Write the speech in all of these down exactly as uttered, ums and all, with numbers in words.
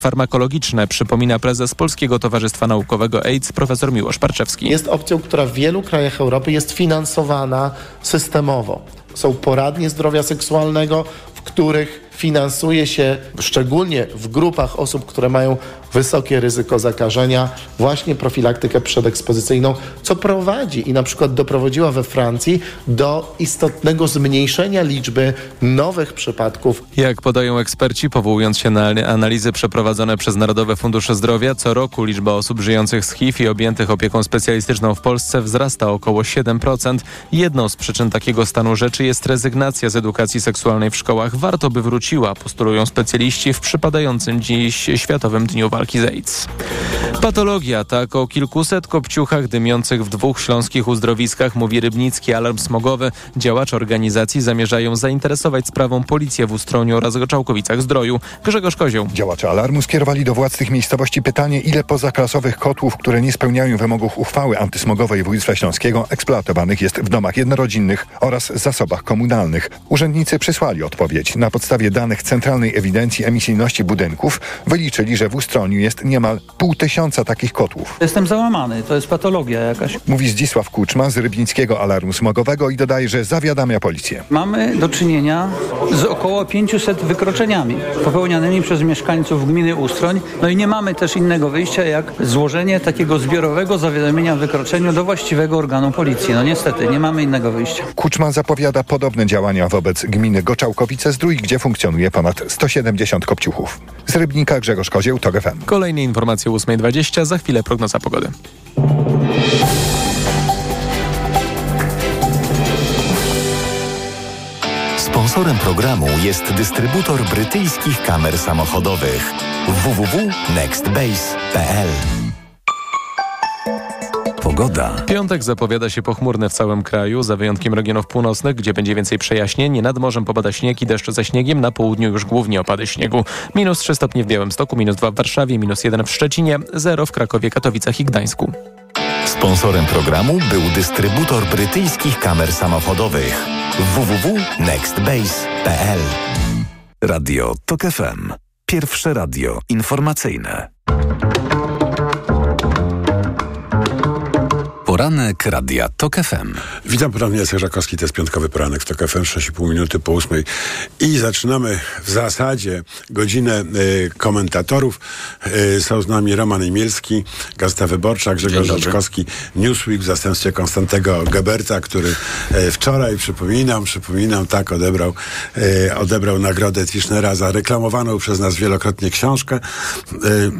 farmakologiczne, przypomina prezes Polskiego Towarzystwa Naukowego AIDS profesor Miłosz Parczewski. Jest opcją, która w wielu krajach Europy jest finansowana systemowo. Są poradnie zdrowia seksualnego, w których finansuje się, szczególnie w grupach osób, które mają wysokie ryzyko zakażenia, właśnie profilaktykę przedekspozycyjną, co prowadzi i na przykład doprowadziła we Francji do istotnego zmniejszenia liczby nowych przypadków. Jak podają eksperci, powołując się na analizy przeprowadzone przez Narodowy Fundusz Zdrowia, co roku liczba osób żyjących z H I V i objętych opieką specjalistyczną w Polsce wzrasta o około siedem procent. Jedną z przyczyn takiego stanu rzeczy jest rezygnacja z edukacji seksualnej w szkołach. Warto by wróciła, postulują specjaliści w przypadającym dziś Światowym Dniu Walki z AIDS. Patologia, tak o kilkuset kopciuchach dymiących w dwóch śląskich uzdrowiskach mówi Rybnicki Alarm Smogowy. Działacze organizacji zamierzają zainteresować sprawą policję w Ustroniu oraz Czałkowicach-Zdroju. Grzegorz Kozioł. Działacze alarmu skierowali do władz tych miejscowości pytanie, ile pozaklasowych kotłów, które nie spełniają wymogów uchwały antysmogowej województwa śląskiego, eksploatowanych jest w domach jednorodzinnych oraz zasobach komunalnych. Urzędnicy przysłali odpowiedź. Na podstawie danych Centralnej Ewidencji Emisyjności Budynków wyliczyli, że w Ustroniu jest niemal pół tysiąca takich kotłów. Jestem załamany, to jest patologia jakaś. Mówi Zdzisław Kuczma z Rybnickiego Alarmu Smogowego i dodaje, że zawiadamia policję. Mamy do czynienia z około pięciuset wykroczeniami popełnianymi przez mieszkańców gminy Ustroń. No i nie mamy też innego wyjścia jak złożenie takiego zbiorowego zawiadomienia o wykroczeniu do właściwego organu policji. No niestety, nie mamy innego wyjścia. Kuczma zapowiada podobne działania wobec gminy Goczałkowice-Zdrój, gdzie funkcjonuje ponad sto siedemdziesiąt kopciuchów. Z Rybnika Grzegorz Kozieł, Tok F M. Kolejne informacje o ósma dwadzieścia, za chwilę prognoza pogody. Sponsorem programu jest dystrybutor brytyjskich kamer samochodowych w w w kropka nextbase kropka p l. Pogoda. Piątek zapowiada się pochmurny w całym kraju, za wyjątkiem regionów północnych, gdzie będzie więcej przejaśnień. Nad morzem popada śnieg i deszcz ze śniegiem, na południu już głównie opady śniegu. Minus trzy stopnie w Białymstoku, minus dwa w Warszawie, minus jeden w Szczecinie, zero w Krakowie, Katowicach i Gdańsku. Sponsorem programu był dystrybutor brytyjskich kamer samochodowych w w w kropka nextbase kropka p l. Radio Tok F M. Pierwsze radio informacyjne. Poranek Radia Tok F M. Witam ponownie, Jacek Żakowski, to jest piątkowy poranek w Tok F M, sześć i pół minuty po ósmej. I zaczynamy w zasadzie godzinę y, komentatorów. Y, są z nami Roman Imielski, Gazeta Wyborcza, Grzegorz Żakowski, Newsweek w zastępstwie Konstantego Geberta, który y, wczoraj, przypominam, przypominam, tak, odebrał, y, odebrał nagrodę Tischnera za reklamowaną przez nas wielokrotnie książkę. Y,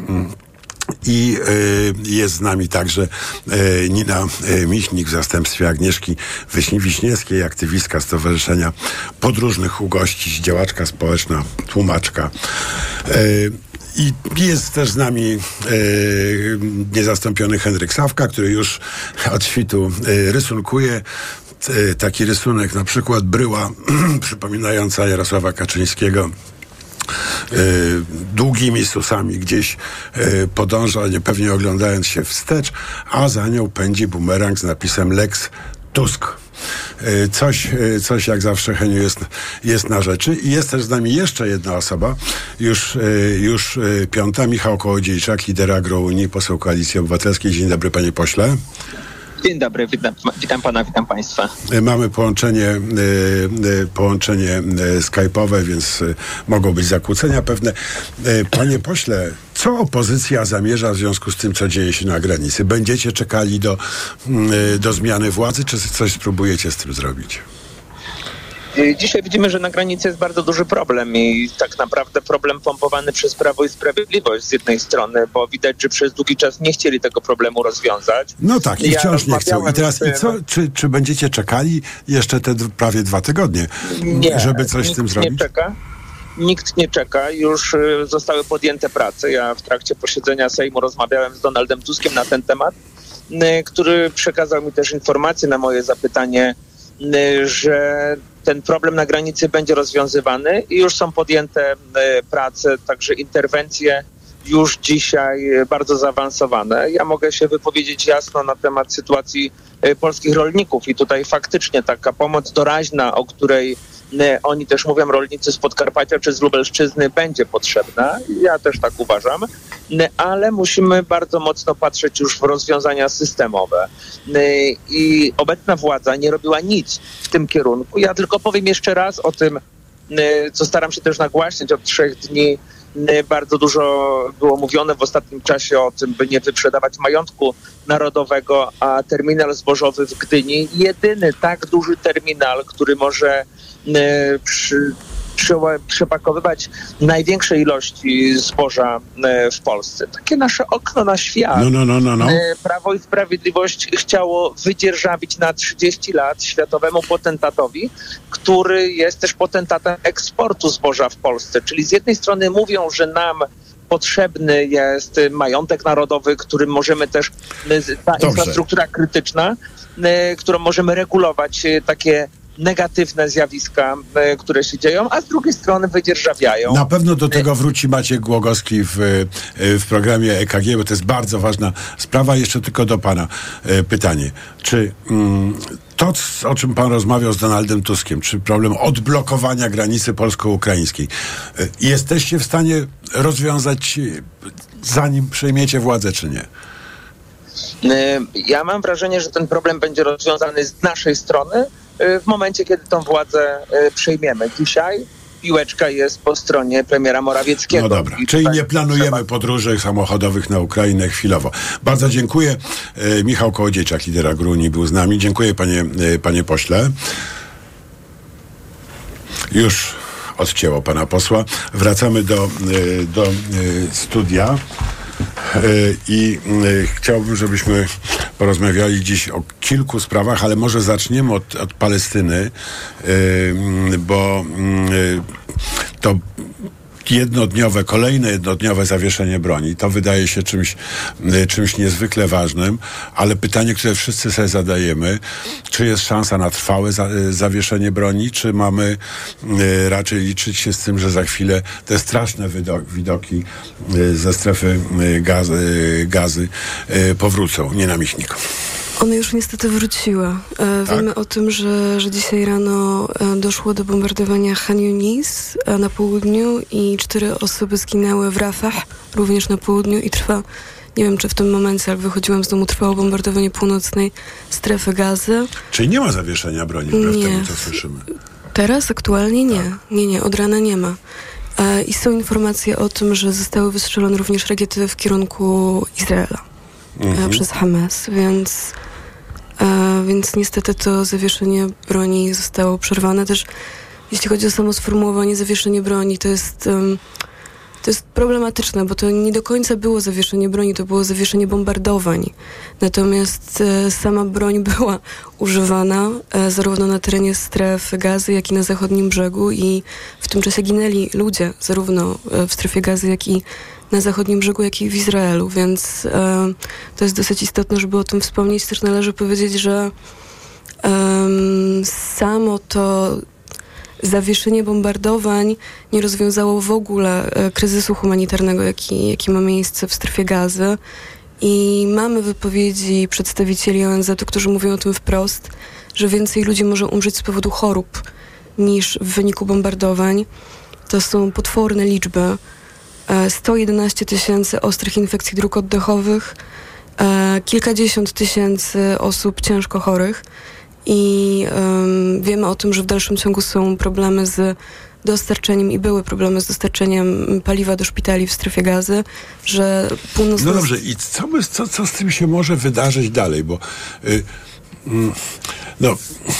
I y, jest z nami także y, Nina y, Michnik w zastępstwie Agnieszki Wiśniewskiej, aktywistka Stowarzyszenia Podróżnych u Gości, działaczka społeczna, tłumaczka. Y, I jest też z nami y, niezastąpiony Henryk Sawka, który już od świtu y, rysunkuje. Y, taki rysunek, na przykład bryła przypominająca Jarosława Kaczyńskiego, Yy, długimi susami gdzieś yy, podąża, niepewnie oglądając się wstecz, a za nią pędzi bumerang z napisem Lex Tusk. Yy, coś, yy, coś jak zawsze, Heniu, jest, jest na rzeczy. I jest też z nami jeszcze jedna osoba, już, yy, już yy, piąta, Michał Kołodziejczak, lider Agrounii, poseł Koalicji Obywatelskiej. Dzień dobry, panie pośle. Dzień dobry, witam, witam pana, witam państwa. Mamy połączenie, y, y, połączenie y, skype'owe, więc y, mogą być zakłócenia pewne. Y, panie pośle, co opozycja zamierza w związku z tym, co dzieje się na granicy? Będziecie czekali do, y, do zmiany władzy, czy coś spróbujecie z tym zrobić? Dzisiaj widzimy, że na granicy jest bardzo duży problem i tak naprawdę problem pompowany przez Prawo i Sprawiedliwość z jednej strony, bo widać, że przez długi czas nie chcieli tego problemu rozwiązać. No tak, i wciąż ja nie chcą. I teraz, i co, czy, czy będziecie czekali jeszcze te d- prawie dwa tygodnie, nie, żeby coś z tym zrobić? Nie czeka. Nikt nie czeka, już y, zostały podjęte prace. Ja w trakcie posiedzenia Sejmu rozmawiałem z Donaldem Tuskiem na ten temat, y, który przekazał mi też informację na moje zapytanie, y, że ten problem na granicy będzie rozwiązywany i już są podjęte y, prace, także interwencje już dzisiaj bardzo zaawansowane. Ja mogę się wypowiedzieć jasno na temat sytuacji y, polskich rolników i tutaj faktycznie taka pomoc doraźna, o której oni też mówią, rolnicy z Podkarpacia czy z Lubelszczyzny, będzie potrzebna. Ja też tak uważam, ale musimy bardzo mocno patrzeć już w rozwiązania systemowe. I obecna władza nie robiła nic w tym kierunku. Ja tylko powiem jeszcze raz o tym, co staram się też nagłaśniać od trzech dni. Bardzo dużo było mówione w ostatnim czasie o tym, by nie wyprzedawać majątku narodowego, a terminal zbożowy w Gdyni, jedyny tak duży terminal, który może przy, przy, przepakowywać największe ilości zboża w Polsce. Takie nasze okno na świat. No, no, no, no, no. Prawo i Sprawiedliwość chciało wydzierżawić na trzydzieści lat światowemu potentatowi, który jest też potentatem eksportu zboża w Polsce. Czyli z jednej strony mówią, że nam potrzebny jest majątek narodowy, którym możemy też, ta Dobrze. infrastruktura krytyczna, którą możemy regulować takie negatywne zjawiska, które się dzieją, a z drugiej strony wydzierżawiają. Na pewno do tego wróci Maciek Głogowski w, w programie E K G, bo to jest bardzo ważna sprawa. Jeszcze tylko do pana pytanie. Czy mm, to, o czym pan rozmawiał z Donaldem Tuskiem, czy problem odblokowania granicy polsko-ukraińskiej, jesteście w stanie rozwiązać, zanim przejmiecie władzę, czy nie? Ja mam wrażenie, że ten problem będzie rozwiązany z naszej strony w momencie, kiedy tą władzę przejmiemy. Dzisiaj piłeczka jest po stronie premiera Morawieckiego. No dobra, czyli nie planujemy trzeba... podróży samochodowych na Ukrainę chwilowo. Bardzo dziękuję. E, Michał Kołodziejczak, lider Agruni, był z nami. Dziękuję, panie, e, panie pośle. Już odcięło pana posła. Wracamy do, e, do e, studia. I chciałbym, żebyśmy porozmawiali dziś o kilku sprawach, ale może zaczniemy od, od Palestyny, bo to jednodniowe, kolejne jednodniowe zawieszenie broni, to wydaje się czymś, czymś niezwykle ważnym, ale pytanie, które wszyscy sobie zadajemy, czy jest szansa na trwałe za, zawieszenie broni, czy mamy y, raczej liczyć się z tym, że za chwilę te straszne widoki, widoki y, ze strefy y, gaz, y, gazy y, powrócą. Nie na Michnik. One już niestety wróciły. E, tak? Wiemy o tym, że, że dzisiaj rano e, doszło do bombardowania Khan Yunis e, na południu i cztery osoby zginęły w Rafah, również na południu, i trwa, nie wiem czy w tym momencie, jak wychodziłam z domu, trwało bombardowanie północnej strefy Gazy. Czyli nie ma zawieszenia broni, wbrew nie. temu, co słyszymy. Teraz aktualnie nie. Tak. Nie, nie, od rana nie ma. E, I są informacje o tym, że zostały wystrzelone również rakiety w kierunku Izraela mhm. e, przez Hamas, więc E, więc niestety to zawieszenie broni zostało przerwane. Też jeśli chodzi o samo sformułowanie zawieszenie broni, to jest, um, to jest problematyczne, bo to nie do końca było zawieszenie broni, to było zawieszenie bombardowań. Natomiast e, sama broń była używana e, zarówno na terenie strefy Gazy, jak i na zachodnim brzegu, i w tym czasie ginęli ludzie, zarówno w strefie Gazy, jak i na zachodnim brzegu, jak i w Izraelu, więc e, to jest dosyć istotne, żeby o tym wspomnieć. Też należy powiedzieć, że e, samo to zawieszenie bombardowań nie rozwiązało w ogóle e, kryzysu humanitarnego, jaki, jaki ma miejsce w strefie Gazy. I mamy wypowiedzi przedstawicieli O N Z-u, którzy mówią o tym wprost, że więcej ludzi może umrzeć z powodu chorób niż w wyniku bombardowań. To są potworne liczby. sto jedenaście tysięcy ostrych infekcji dróg oddechowych, e, kilkadziesiąt tysięcy osób ciężko chorych i um, wiemy o tym, że w dalszym ciągu są problemy z dostarczeniem i były problemy z dostarczeniem paliwa do szpitali w strefie Gazy, że północna... No dobrze, i co, my, co, co z tym się może wydarzyć dalej, bo y, y, no...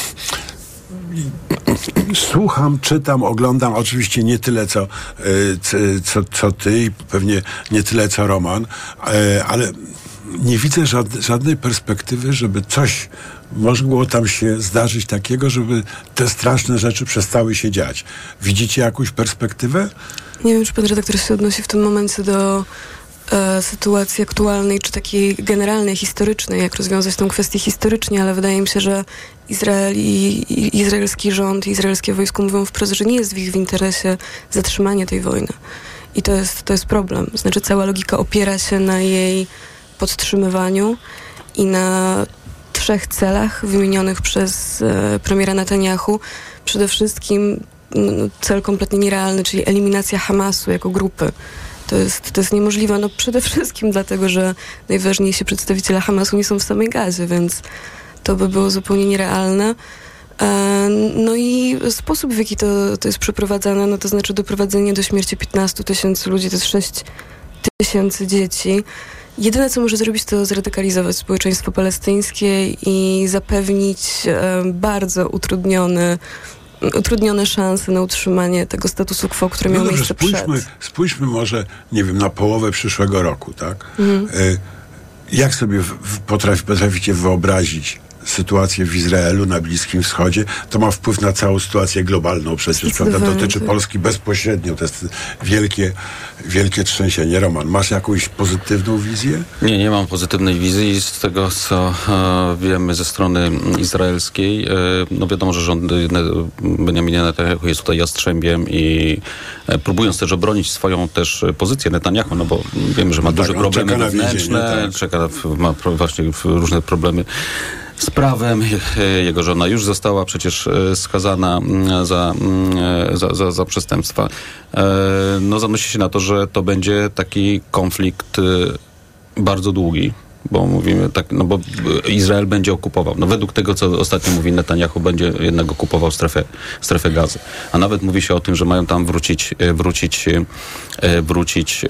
Słucham, czytam, oglądam, oczywiście nie tyle co, co, co ty i pewnie nie tyle co Roman, ale nie widzę żadnej perspektywy, żeby coś mogło tam się zdarzyć takiego, żeby te straszne rzeczy przestały się dziać. Widzicie jakąś perspektywę? Nie wiem, czy pan redaktor się odnosi w tym momencie do e, sytuacji aktualnej, czy takiej generalnej, historycznej, jak rozwiązać tę kwestię historycznie, ale wydaje mi się, że Izrael i, i izraelski rząd i izraelskie wojsko mówią wprost, że nie jest w ich w interesie zatrzymanie tej wojny. I to jest, to jest problem. Znaczy cała logika opiera się na jej podtrzymywaniu i na trzech celach wymienionych przez e, premiera Netanyahu. przede wszystkim no, cel kompletnie nierealny, czyli eliminacja Hamasu jako grupy. To jest, to jest niemożliwe, no przede wszystkim dlatego, że najważniejsi przedstawiciele Hamasu nie są w samej Gazie, więc to by było zupełnie nierealne. No i sposób, w jaki to, to jest przeprowadzane, no to znaczy doprowadzenie do śmierci piętnastu tysięcy ludzi, to jest sześć tysięcy dzieci. Jedyne, co może zrobić, to zradykalizować społeczeństwo palestyńskie i zapewnić e, bardzo utrudniony, utrudnione szanse na utrzymanie tego statusu quo, które no miało dobrze, miejsce spójrzmy, przed. Spójrzmy może, nie wiem, na połowę przyszłego roku, tak? Mhm. E, jak sobie w, w potrafi, potraficie wyobrazić sytuację w Izraelu, na Bliskim Wschodzie? To ma wpływ na całą sytuację globalną przecież, prawda? Dotyczy Polski bezpośrednio. To jest wielkie, wielkie trzęsienie. Roman, masz jakąś pozytywną wizję? Nie, nie mam pozytywnej wizji. Z tego, co e, wiemy ze strony izraelskiej, e, no wiadomo, że rząd Benjamina Netanyahu jest tutaj jastrzębiem i e, próbując też obronić swoją też pozycję Netanyahu, no bo wiemy, że ma no duże tak, problemy wewnętrzne, tak. czeka, ma właśnie różne problemy z prawem. Jego żona już została przecież skazana za, za, za, za przestępstwa. No zanosi się na to, że to będzie taki konflikt bardzo długi, bo mówimy tak, no bo Izrael będzie okupował. No według tego, co ostatnio mówi Netanyahu, będzie jednak okupował strefę, strefę Gazy. A nawet mówi się o tym, że mają tam wrócić, wrócić, wrócić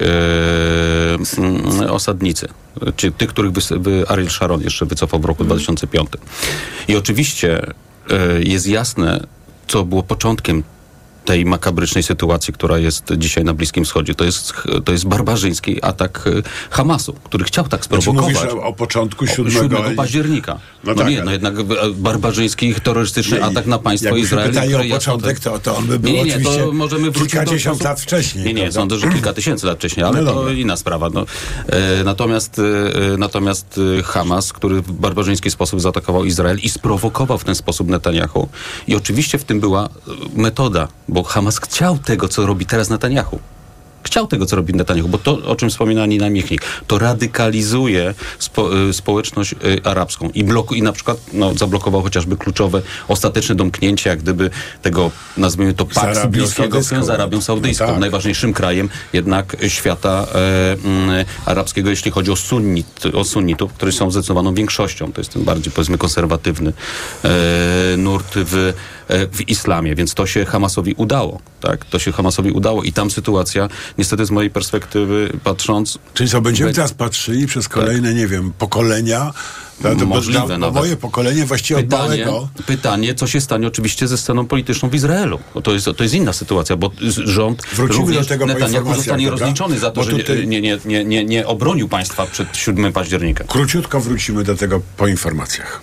e, osadnicy. Czy tych, których by, by Ariel Sharon jeszcze wycofał w roku dwa tysiące piątym. I oczywiście e, jest jasne, co było początkiem tej makabrycznej sytuacji, która jest dzisiaj na Bliskim Wschodzie. To jest, to jest barbarzyński atak Hamasu, który chciał tak sprowokować. Znaczy mówisz o, o początku siódmego października. No, no tak, nie, no jednak barbarzyński, terrorystyczny nie, atak na państwo Izrael. Pytanie o początek, to, to on by był nie, nie, oczywiście to możemy kilkadziesiąt do... lat wcześniej. Nie, nie, prawda? sądzę, że kilka tysięcy lat wcześniej, ale no to inna sprawa. No. E, natomiast, e, natomiast Hamas, który w barbarzyński sposób zaatakował Izrael i sprowokował w ten sposób Netanyahu. I oczywiście w tym była metoda, bo Hamas chciał tego, co robi teraz Netanyahu. Chciał tego, co robi Netanyahu, bo to, o czym wspomina Nina Michnik, to radykalizuje spo, y, społeczność y, arabską i, bloku, i na przykład no, zablokował chociażby kluczowe, ostateczne domknięcie, jak gdyby tego, nazwijmy to, Paksu Bliskiego z Arabią Saudyjską, no tak. najważniejszym krajem jednak świata e, y, arabskiego, jeśli chodzi o, sunnit, o sunnitów, którzy są zdecydowaną większością. To jest ten bardziej, powiedzmy, konserwatywny e, nurt w, e, w islamie, więc to się Hamasowi udało. Tak? To się Hamasowi udało i tam sytuacja niestety z mojej perspektywy patrząc... Czyli co, będziemy be... teraz patrzyli przez kolejne, tak. nie wiem, pokolenia? No, to Możliwe na, nawet. Moje pokolenie właściwie od pytanie, małego... Pytanie, co się stanie oczywiście ze sceną polityczną w Izraelu. Bo to jest, to jest inna sytuacja, bo rząd Wrócimy również do tego Netanyahu zostanie dobra? rozliczony za to, bo że tutaj... nie, nie, nie, nie, nie obronił państwa przed siódmego października. Króciutko wrócimy do tego po informacjach.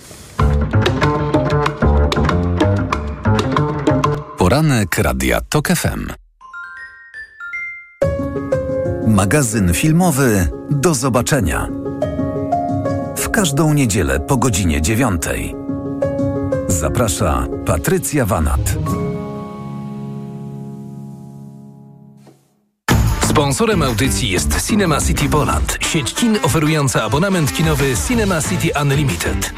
Poranek Radia Tok F M. Magazyn filmowy Do zobaczenia. W każdą niedzielę po godzinie dziewiątej. Zaprasza Patrycja Wanat. Sponsorem audycji jest Cinema City Poland, sieć kin oferująca abonament kinowy Cinema City Unlimited.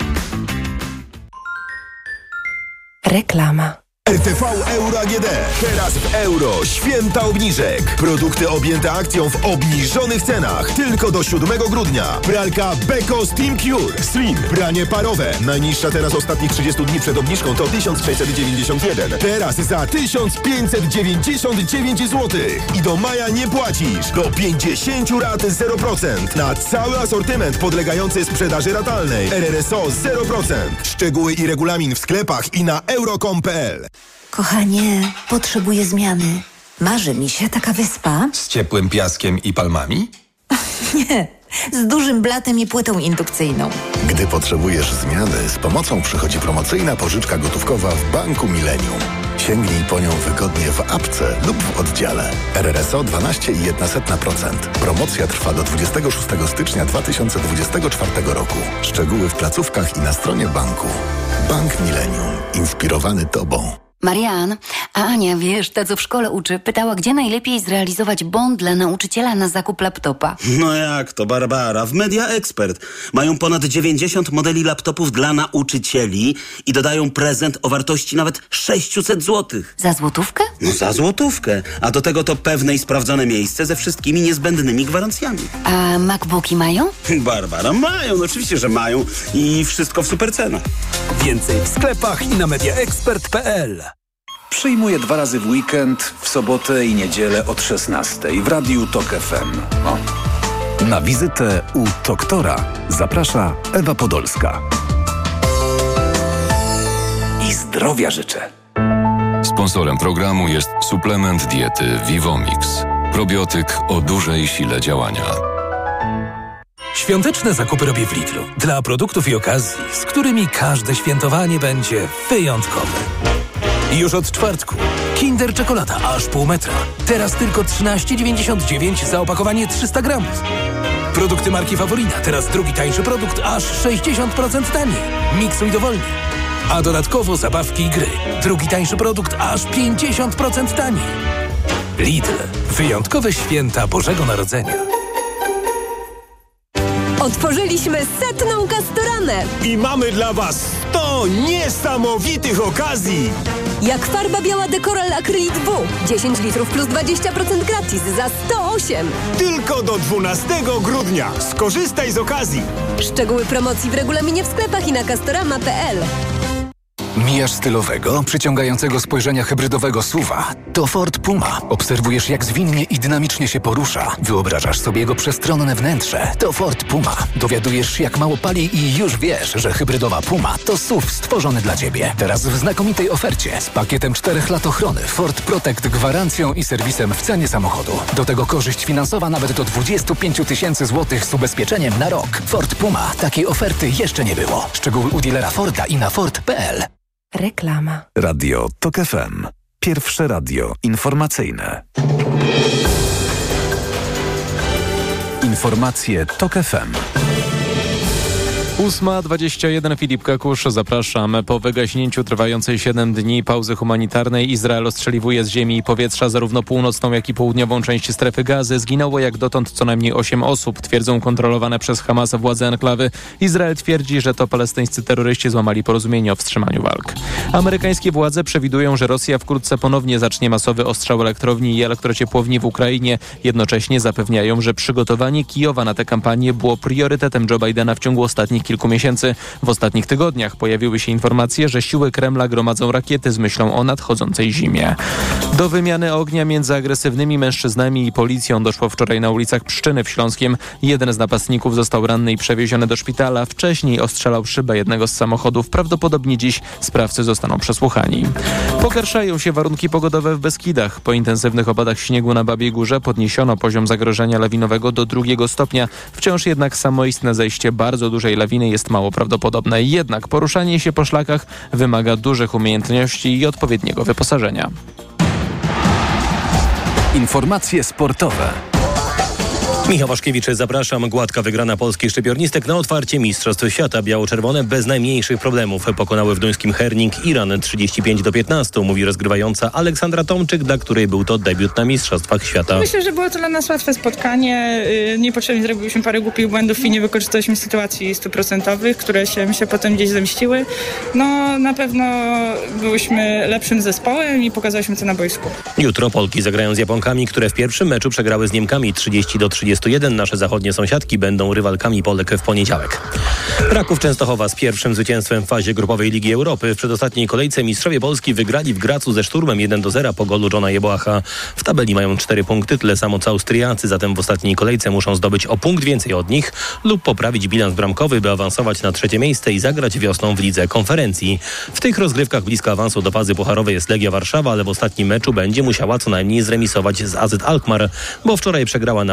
Reklama. R T V Euro A G D. Teraz w euro. Święta obniżek. Produkty objęte akcją w obniżonych cenach. Tylko do siódmego grudnia. Pralka Beko Steam Cure Slim. Pranie parowe. Najniższa teraz ostatnich trzydziestu dni przed obniżką to tysiąc sześćset dziewięćdziesiąt jeden. Teraz za tysiąc pięćset dziewięćdziesiąt dziewięć złotych. I do maja nie płacisz. Do pięćdziesięciu rat zero procent. Na cały asortyment podlegający sprzedaży ratalnej. R R S O zero procent. Szczegóły i regulamin w sklepach i na euro kropka com kropka p l. Kochanie, potrzebuję zmiany. Marzy mi się taka wyspa. Z ciepłym piaskiem i palmami? Nie, z dużym blatem i płytą indukcyjną. Gdy potrzebujesz zmiany, z pomocą przychodzi promocyjna pożyczka gotówkowa w Banku Millennium. Sięgnij po nią wygodnie w apce lub w oddziale. R R S O dwanaście przecinek jeden procent. Promocja trwa do dwudziestego szóstego stycznia dwa tysiące dwudziestego czwartego roku. Szczegóły w placówkach i na stronie banku. Bank Millennium. Inspirowany Tobą. Marian, a Ania, wiesz, ta co w szkole uczy, pytała, gdzie najlepiej zrealizować bon dla nauczyciela na zakup laptopa. No jak to, Barbara? W Media Expert mają ponad dziewięćdziesiąt modeli laptopów dla nauczycieli i dodają prezent o wartości nawet sześćset złotych. Za złotówkę? No za złotówkę. A do tego to pewne i sprawdzone miejsce ze wszystkimi niezbędnymi gwarancjami. A MacBooki mają? Barbara, mają, no oczywiście, że mają i wszystko w super cenach. Więcej w sklepach i na mediaexpert kropka p l. Przyjmuję dwa razy w weekend, w sobotę i niedzielę od szesnastej w Radiu Tok F M. O. Na wizytę u doktora zaprasza Ewa Podolska. I zdrowia życzę. Sponsorem programu jest suplement diety Vivomix. Probiotyk o dużej sile działania. Świąteczne zakupy robię w Lidlu. Dla produktów i okazji, z którymi każde świętowanie będzie wyjątkowe. Już od czwartku. Kinder czekolada aż pół metra. Teraz tylko trzynaście dziewięćdziesiąt dziewięć za opakowanie trzysta gramów. Produkty marki Favorina. Teraz drugi tańszy produkt aż sześćdziesiąt procent taniej. Miksuj dowolnie. A dodatkowo zabawki i gry. Drugi tańszy produkt aż pięćdziesiąt procent taniej. Lidl. Wyjątkowe święta Bożego Narodzenia. Otworzyliśmy setną Castoramę i mamy dla Was sto niesamowitych okazji. Jak farba biała Decoral Acrylic W. dziesięć litrów plus dwadzieścia procent gratis za sto osiem. Tylko do dwunastego grudnia. Skorzystaj z okazji. Szczegóły promocji w regulaminie w sklepach i na castorama kropka p l. Mijasz stylowego, przyciągającego spojrzenia hybrydowego S U V-a. To Ford Puma. Obserwujesz, jak zwinnie i dynamicznie się porusza. Wyobrażasz sobie jego przestronne wnętrze. To Ford Puma. Dowiadujesz się, jak mało pali i już wiesz, że hybrydowa Puma to S U V stworzony dla Ciebie. Teraz w znakomitej ofercie z pakietem czterech lat ochrony, Ford Protect, gwarancją i serwisem w cenie samochodu. Do tego korzyść finansowa nawet do dwadzieścia pięć tysięcy złotych z ubezpieczeniem na rok. Ford Puma. Takiej oferty jeszcze nie było. Szczegóły u dealera Forda i na Ford kropka p l. Reklama. Radio Tok F M. Pierwsze radio informacyjne. Informacje Tok F M. ósma dwadzieścia jeden, Filip Kakusz, zapraszam. Po wygaśnięciu trwającej siedem dni pauzy humanitarnej Izrael ostrzeliwuje z ziemi i powietrza zarówno północną, jak i południową część strefy Gazy. Zginęło jak dotąd co najmniej osiem osób, twierdzą kontrolowane przez Hamas władze enklawy. Izrael twierdzi, że to palestyńscy terroryści złamali porozumienie o wstrzymaniu walk. Amerykańskie władze przewidują, że Rosja wkrótce ponownie zacznie masowy ostrzał elektrowni i elektrociepłowni w Ukrainie. Jednocześnie zapewniają, że przygotowanie Kijowa na tę kampanię było priorytetem Joe Bidena w ciągu ostatnich kilku miesięcy. W ostatnich tygodniach pojawiły się informacje, że siły Kremla gromadzą rakiety z myślą o nadchodzącej zimie. Do wymiany ognia między agresywnymi mężczyznami i policją doszło wczoraj na ulicach Pszczyny w Śląskiem. Jeden z napastników został ranny i przewieziony do szpitala. Wcześniej ostrzelał szybę jednego z samochodów. Prawdopodobnie dziś sprawcy zostaną przesłuchani. Pogarszają się warunki pogodowe w Beskidach. Po intensywnych opadach śniegu na Babiej Górze podniesiono poziom zagrożenia lawinowego do drugiego stopnia. Wciąż jednak samoistne zejście bardzo dużej lawiny jest mało prawdopodobne. Jednak poruszanie się po szlakach wymaga dużych umiejętności i odpowiedniego wyposażenia. Informacje sportowe. Michał Waszkiewicz, zapraszam. Gładka wygrana polskich szczypiornistek na otwarcie Mistrzostw Świata. Biało-czerwone bez najmniejszych problemów pokonały w duńskim Herning Iran trzydzieści pięć do piętnastu, mówi rozgrywająca Aleksandra Tomczyk, dla której był to debiut na Mistrzostwach Świata. Myślę, że było to dla nas łatwe spotkanie. Niepotrzebnie zrobiliśmy parę głupich błędów i nie wykorzystaliśmy sytuacji stuprocentowych, które się, mi się potem gdzieś zemściły. No na pewno byliśmy lepszym zespołem i pokazaliśmy to na boisku. Jutro Polki zagrają z Japonkami, które w pierwszym meczu przegrały z Niemkami trzydzieści do trzydziestu jeden. Nasze zachodnie sąsiadki będą rywalkami Polek w poniedziałek. Raków Częstochowa z pierwszym zwycięstwem w fazie grupowej Ligi Europy. W przedostatniej kolejce mistrzowie Polski wygrali w Gracu ze Szturmem jeden do zera po golu Johna Jeboacha. W tabeli mają cztery punkty, tyle samo co Austriacy, zatem w ostatniej kolejce muszą zdobyć o punkt więcej od nich lub poprawić bilans bramkowy, by awansować na trzecie miejsce i zagrać wiosną w Lidze Konferencji. W tych rozgrywkach blisko awansu do fazy pucharowej jest Legia Warszawa, ale w ostatnim meczu będzie musiała co najmniej zremisować z A Z Alkmaar, bo wczoraj przegrała na wyjeździe z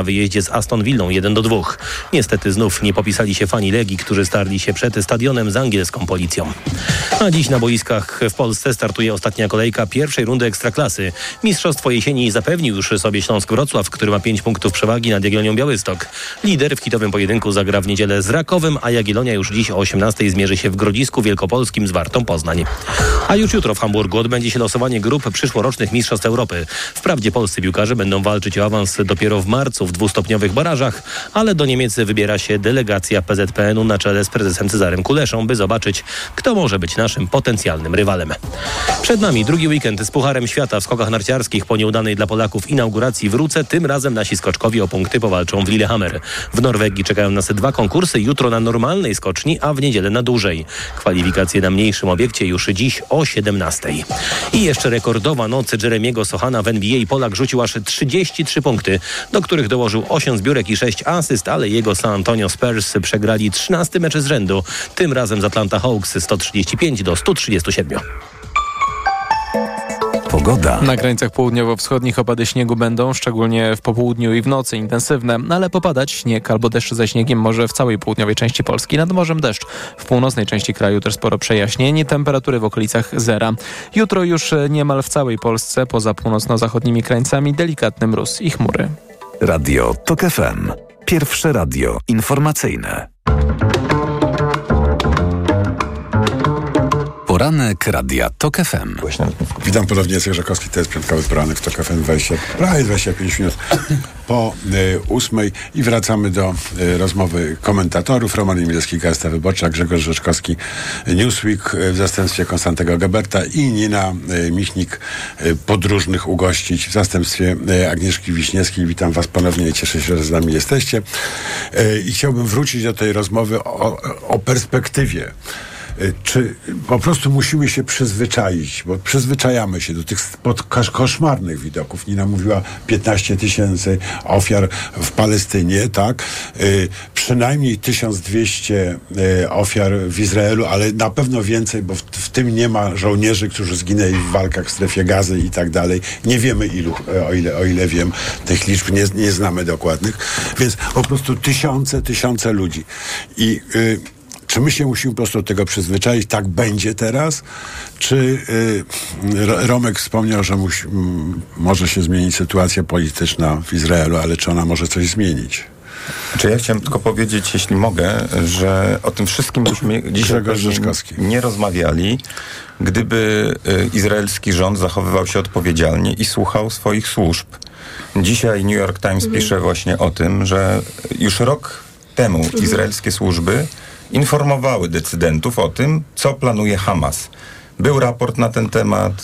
z Aston Villą jeden do dwóch. Niestety znów nie popisali się fani Legii, którzy starli się przed stadionem z angielską policją. A dziś na boiskach w Polsce startuje ostatnia kolejka pierwszej rundy Ekstraklasy. Mistrzostwo jesieni zapewnił już sobie Śląsk Wrocław, który ma pięć punktów przewagi nad Jagiellonią Białystok. Lider w hitowym pojedynku zagra w niedzielę z Rakowem, a Jagiellonia już dziś o osiemnastej zmierzy się w Grodzisku Wielkopolskim z Wartą Poznań. A już jutro w Hamburgu odbędzie się losowanie grup przyszłorocznych Mistrzostw Europy. Wprawdzie polscy piłkarze będą walczyć o awans dopiero w marcu w dwustopniowych barażach, ale do Niemiec wybiera się delegacja P Z P N u na czele z prezesem Cezarym Kuleszą, by zobaczyć, kto może być naszym potencjalnym rywalem. Przed nami drugi weekend z Pucharem Świata w skokach narciarskich. Po nieudanej dla Polaków inauguracji wrócę. Tym razem nasi skoczkowie o punkty powalczą w Lillehammer. W Norwegii czekają nas dwa konkursy. Jutro na normalnej skoczni, a w niedzielę na dużej. Kwalifikacje na mniejszym obiekcie już dziś o siedemnastej. I jeszcze rekordowa noc Jeremiego Sochana w N B A. Polak rzucił aż trzydzieści trzy punkty, do których dołożył osiem zbiórek i sześć asyst, ale jego San Antonio Spurs przegrali trzynasty mecz z rzędu. Tym razem z Atlanta Hawks sto trzydzieści pięć do stu trzydziestu siedmiu. Pogoda. Na krańcach południowo-wschodnich opady śniegu będą, szczególnie w popołudniu i w nocy intensywne, ale popadać śnieg albo deszcz ze śniegiem może w całej południowej części Polski. Nad morzem deszcz. W północnej części kraju też sporo przejaśnień, temperatury w okolicach zera. Jutro już niemal w całej Polsce, poza północno-zachodnimi krańcami, delikatny mróz i chmury. Radio TOK F M. Pierwsze radio informacyjne. Poranek Radia TOK F M. Witam ponownie, Jacek Żakowski, to jest piątkowy poranek w TOK F M, dwadzieścia, prawie dwadzieścia pięć minut po y, ósmej i wracamy do y, rozmowy komentatorów. Roman Imielski, Gazeta Wyborcza, Grzegorz Rzeczkowski, Newsweek y, w zastępstwie Konstantego Geberta i Nina y, Michnik, y, podróżnych ugościć w zastępstwie y, Agnieszki Wiśniewskiej. Witam was ponownie i cieszę się, że z nami jesteście. Y, I chciałbym wrócić do tej rozmowy o, o perspektywie. Czy po prostu musimy się przyzwyczaić, bo przyzwyczajamy się do tych koszmarnych widoków. Nina mówiła piętnaście tysięcy ofiar w Palestynie, tak? Y, przynajmniej tysiąc dwieście y, ofiar w Izraelu, ale na pewno więcej, bo w, w tym nie ma żołnierzy, którzy zginęli w walkach w strefie Gazy i tak dalej. Nie wiemy ilu, o ile, o ile wiem, tych liczb nie, nie znamy dokładnych. Więc po prostu tysiące, tysiące ludzi. I y, czy my się musimy po prostu do tego przyzwyczaić? Tak będzie teraz? Czy y, Romek wspomniał, że musi, m, może się zmienić sytuacja polityczna w Izraelu, ale czy ona może coś zmienić? Czy ja chciałem tylko powiedzieć, jeśli mogę, że o tym wszystkim byśmy dzisiaj nie rozmawiali, gdyby y, izraelski rząd zachowywał się odpowiedzialnie i słuchał swoich służb. Dzisiaj New York Times mhm. pisze właśnie o tym, że już rok temu mhm. izraelskie służby informowały decydentów o tym, co planuje Hamas. Był raport na ten temat,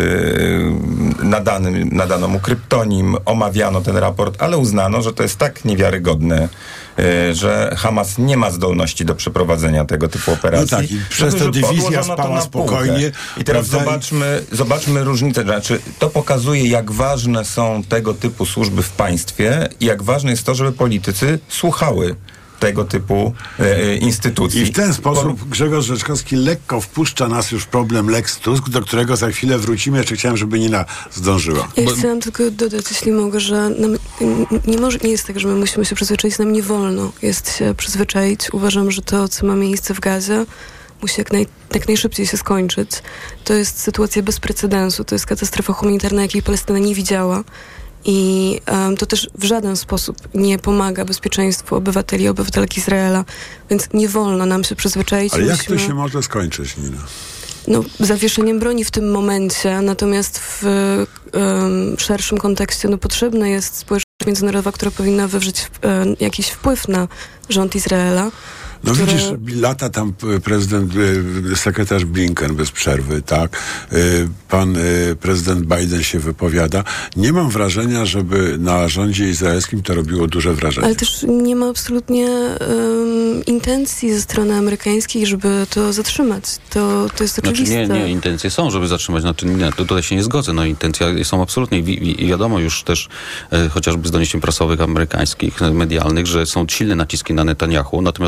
yy, nadany, nadano mu kryptonim, omawiano ten raport, ale uznano, że to jest tak niewiarygodne, yy, że Hamas nie ma zdolności do przeprowadzenia tego typu operacji. No tak, i przez to dywizja spała spokojnie. I teraz zobaczmy, zobaczmy różnicę. Znaczy, to pokazuje, jak ważne są tego typu służby w państwie i jak ważne jest to, żeby politycy słuchały tego typu e, instytucji. I w ten sposób Grzegorz Rzeczkowski lekko wpuszcza nas już w problem Lex Tusk, do którego za chwilę wrócimy. Jeszcze chciałem, żeby Nina zdążyła. Ja Bo... chciałam tylko dodać, jeśli mogę, że nam nie, może, nie jest tak, że my musimy się przyzwyczaić, nam nie wolno jest się przyzwyczaić. Uważam, że to, co ma miejsce w Gazie, musi jak, naj, jak najszybciej się skończyć. To jest sytuacja bez precedensu, to jest katastrofa humanitarna, jakiej Palestyna nie widziała. I um, to też w żaden sposób nie pomaga bezpieczeństwu obywateli i obywatelek Izraela, więc nie wolno nam się przyzwyczaić. Ale jak musimy... to się może skończyć, Nina? No, zawieszeniem broni w tym momencie, natomiast w um, szerszym kontekście no, potrzebna jest społeczność międzynarodowa, która powinna wywrzeć um, jakiś wpływ na rząd Izraela. No które... widzisz, lata tam prezydent, sekretarz Blinken bez przerwy, tak? Pan prezydent Biden się wypowiada. Nie mam wrażenia, żeby na rządzie izraelskim to robiło duże wrażenie. Ale też nie ma absolutnie um, intencji ze strony amerykańskiej, żeby to zatrzymać. To, to jest oczywiste. Znaczy nie, nie, intencje są, żeby zatrzymać. Znaczy nie, tutaj się nie zgodzę. No intencje są absolutnie. I, i wiadomo już też, e, chociażby z doniesień prasowych amerykańskich, medialnych, że są silne naciski na Netanyahu. Natomiast Netanyahu